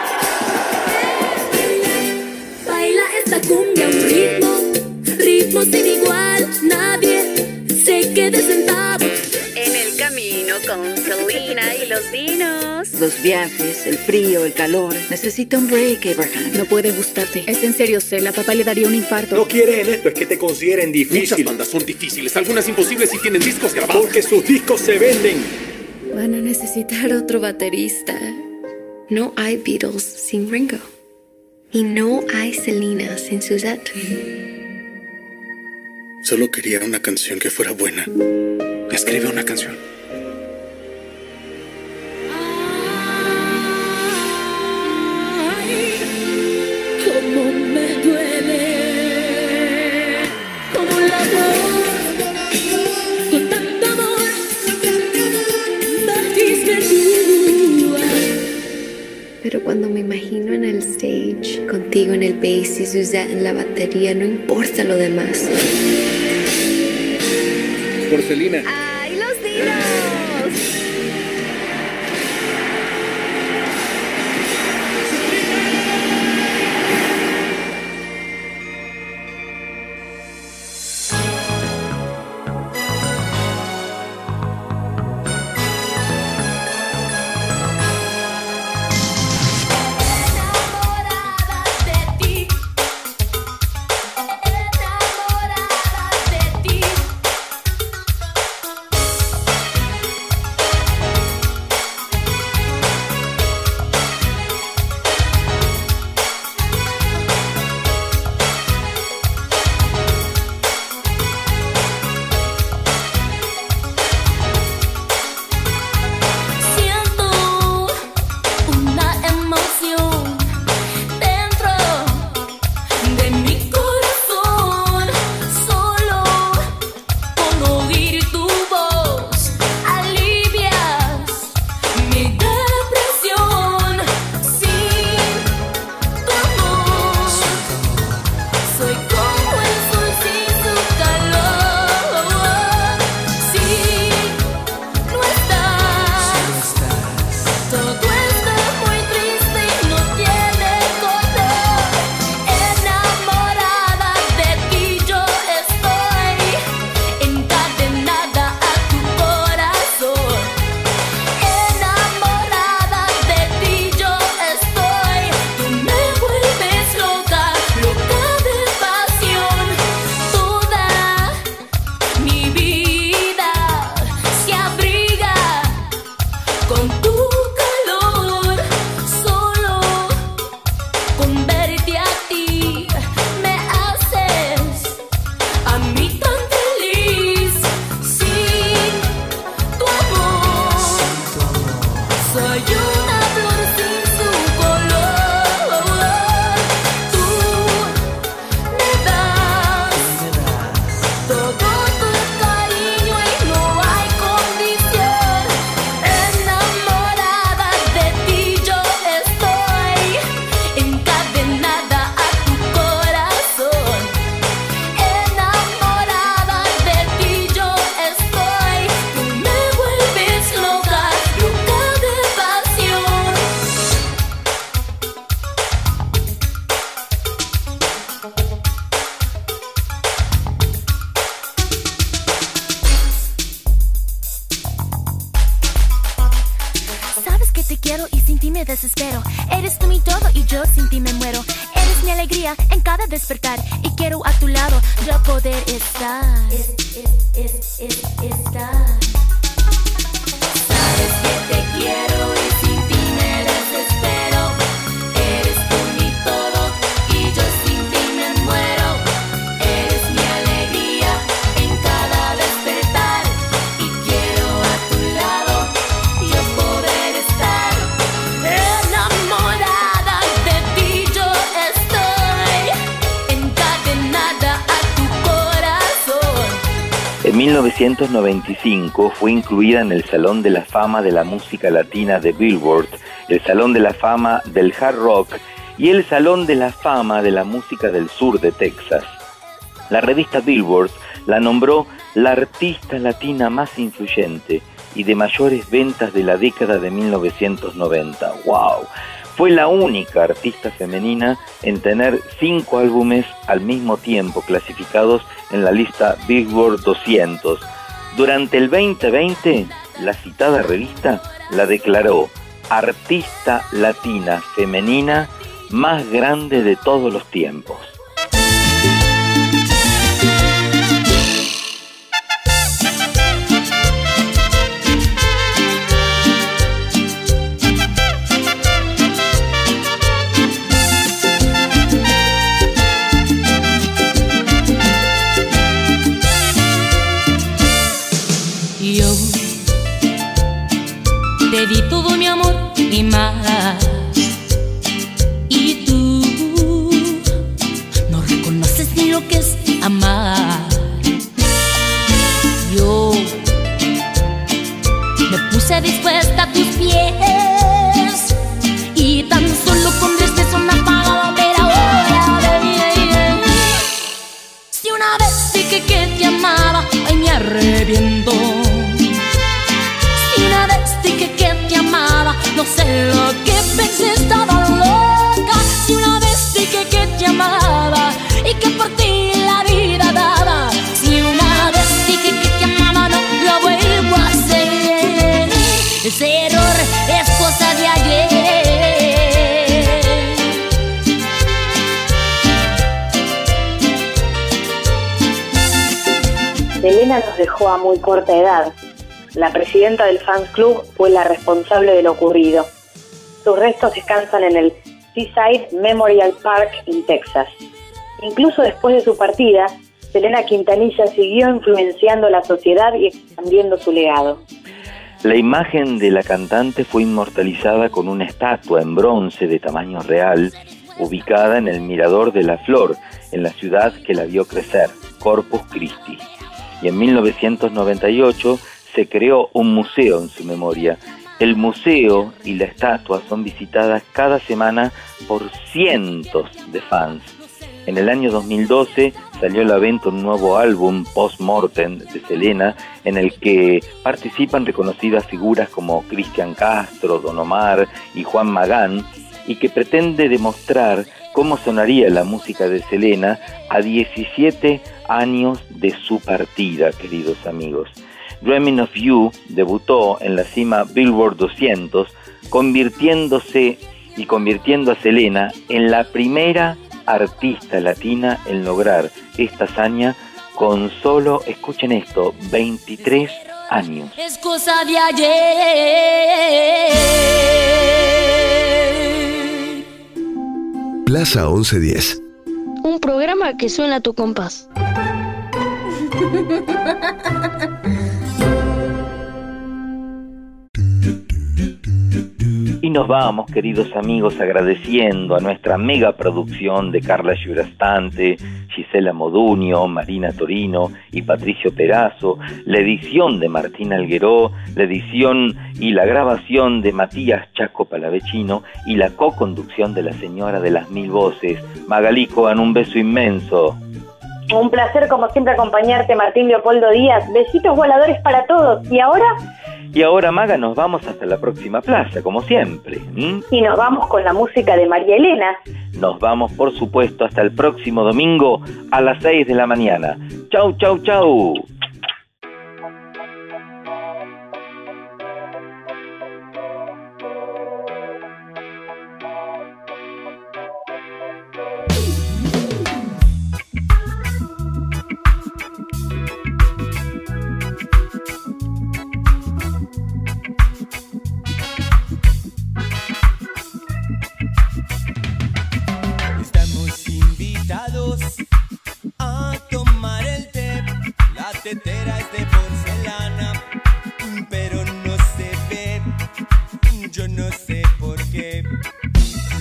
Baila esta cumbia, un ritmo sin igual. Nadie se quede sentado. En el camino con Selena y los dinos. Los viajes, el frío, el calor. Necesito un break, Abraham. No puede gustarte. Es en serio, Cela. Papá le daría un infarto. No quieren esto, es que te consideren difícil. Muchas bandas son difíciles, algunas imposibles si tienen discos grabados. Porque sus discos se venden. Van a necesitar otro baterista. No hay Beatles sin Ringo. Y no hay Selena sin Suzette. Solo quería una canción que fuera buena. Escribe una canción. Cómo me duele, como el amor, con tanto amor, batiste tú. Pero cuando me imagino en el stage, contigo en el bass y Suzette en la batería, no importa lo demás. Por Selena. ¡Ay, los dinos! quiero y sin ti me desespero. Eres tú mi todo y yo sin ti me muero. Eres mi alegría en cada despertar y quiero a tu lado yo poder estar. Estar. Sabes que te quiero y sin ti me desespero. Eres tú mi todo y yo sin ti me muero. Eres mi alegría en cada despertar y quiero a tu lado yo poder estar. Enamorada de ti yo estoy, encadenada a tu corazón. En 1995 fue incluida en el Salón de la Fama de la Música Latina de Billboard, el Salón de la Fama del Hard Rock y el Salón de la Fama de la Música del Sur de Texas. La revista Billboard la nombró la artista latina más influyente y de mayores ventas de la década de 1990. ¡Wow! Fue la única artista femenina en tener 5 álbumes al mismo tiempo clasificados en la lista Billboard 200. Durante el 2020, la citada revista la declaró artista latina femenina más grande de todos los tiempos. Yo te di todo mi amor y más, y tú no reconoces ni lo que es amar. Yo me puse dispuesta a tus pies y tan solo con tristeza me apagaba, pero ahora si una vez dije que te amaba, ay me arrepiento. No sé lo que pensé, estaba loca. Si una vez dije que te amaba y que por ti la vida daba. Si una vez dije que te amaba, no lo vuelvo a hacer. Ese error es cosa de ayer. Selena nos dejó a muy corta edad. La presidenta del Fans Club fue la responsable de lo ocurrido. Sus restos descansan en el Seaside Memorial Park en Texas. Incluso después de su partida, Selena Quintanilla siguió influenciando la sociedad y expandiendo su legado. La imagen de la cantante fue inmortalizada con una estatua en bronce de tamaño real, ubicada en el Mirador de la Flor, en la ciudad que la vio crecer, Corpus Christi. Y en 1998 se creó un museo en su memoria. El museo y la estatua son visitadas cada semana por cientos de fans. En el año 2012 salió a la venta un nuevo álbum, Post Mortem, de Selena, en el que participan reconocidas figuras como Cristian Castro, Don Omar y Juan Magán, y que pretende demostrar cómo sonaría la música de Selena a 17 años de su partida, queridos amigos. Dreaming of You debutó en la cima Billboard 200, convirtiendo a Selena en la primera artista latina en lograr esta hazaña con solo, escuchen esto, 23 años. Es cosa de ayer. Plaza 1110. Un programa que suena a tu compás. Y nos vamos, queridos amigos, agradeciendo a nuestra mega producción de Carla Giurastante, Gisela Modugno, Marina Torino y Patricio Perazo, la edición de Martín Algueró, la edición y la grabación de Matías Chaco Palavecino y la co-conducción de la señora de las 1000 voces, Magalí Coan. Un beso inmenso. Un placer, como siempre, acompañarte, Martín Leopoldo Díaz. Besitos voladores para todos. ¿Y ahora, Maga, nos vamos hasta la próxima plaza, como siempre. Y nos vamos con la música de María Elena. Nos vamos, por supuesto, hasta el próximo domingo a las 6 de la mañana. Chau, chau, chau.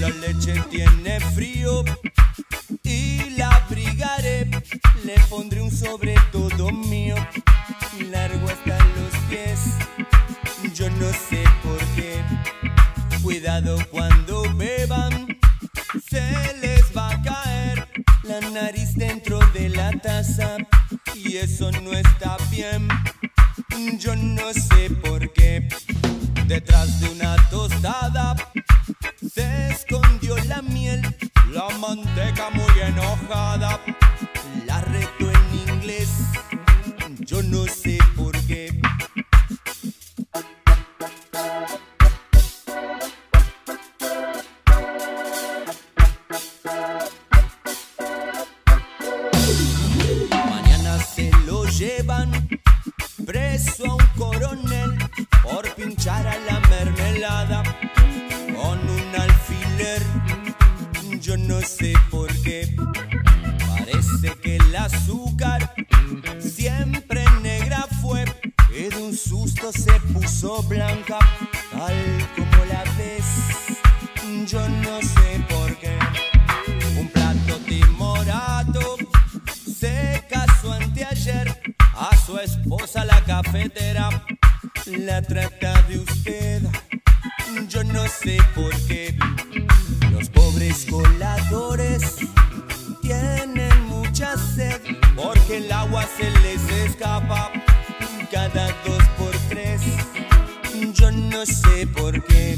la leche tiene frío y la abrigaré. Le pondré un sobre todo mío, largo hasta los pies. Yo no sé por qué. Cuidado cuando beban, se les va a caer la nariz dentro de la taza y eso no está bien. Yo no sé por qué. Detrás de una tostada se escondió la miel, la manteca muy enojada. La reto en inglés, yo no sé por qué. Mañana se lo llevan preso a un coronel por pinchar a la mermelada con un alfiler. Yo no sé por qué. Parece que el azúcar siempre negra fue y de un susto se puso blanca, tal como la ves. Yo no sé por qué. Un plato timorato se casó anteayer. A su esposa la cafetera la trata de usted. Yo no sé por qué. Los pobres coladores tienen mucha sed porque el agua se les escapa cada 2 por 3. Yo no sé por qué.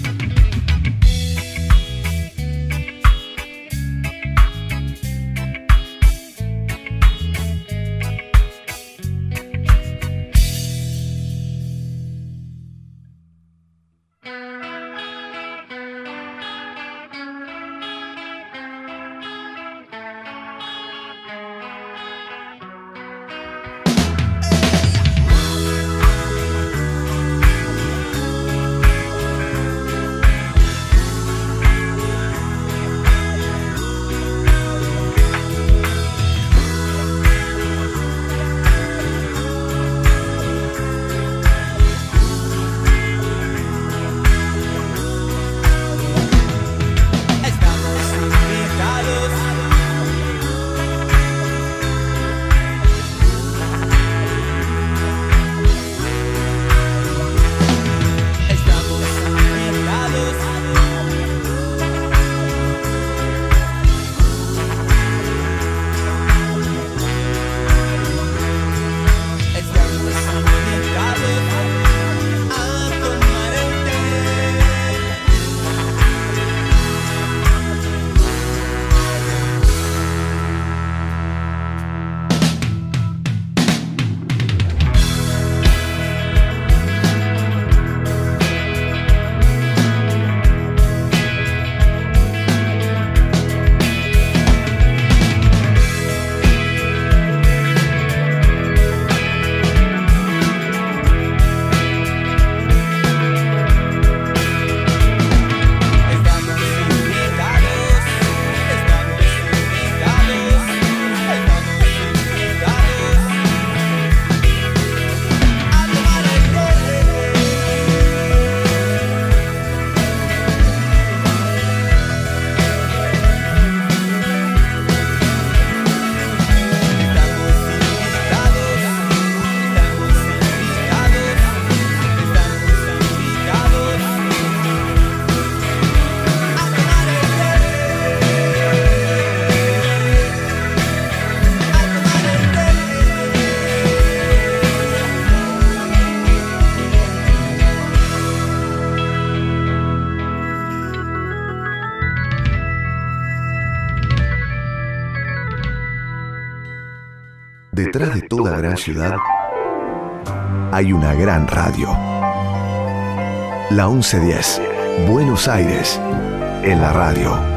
Detrás de toda gran ciudad hay una gran radio. La 1110, Buenos Aires, en la radio.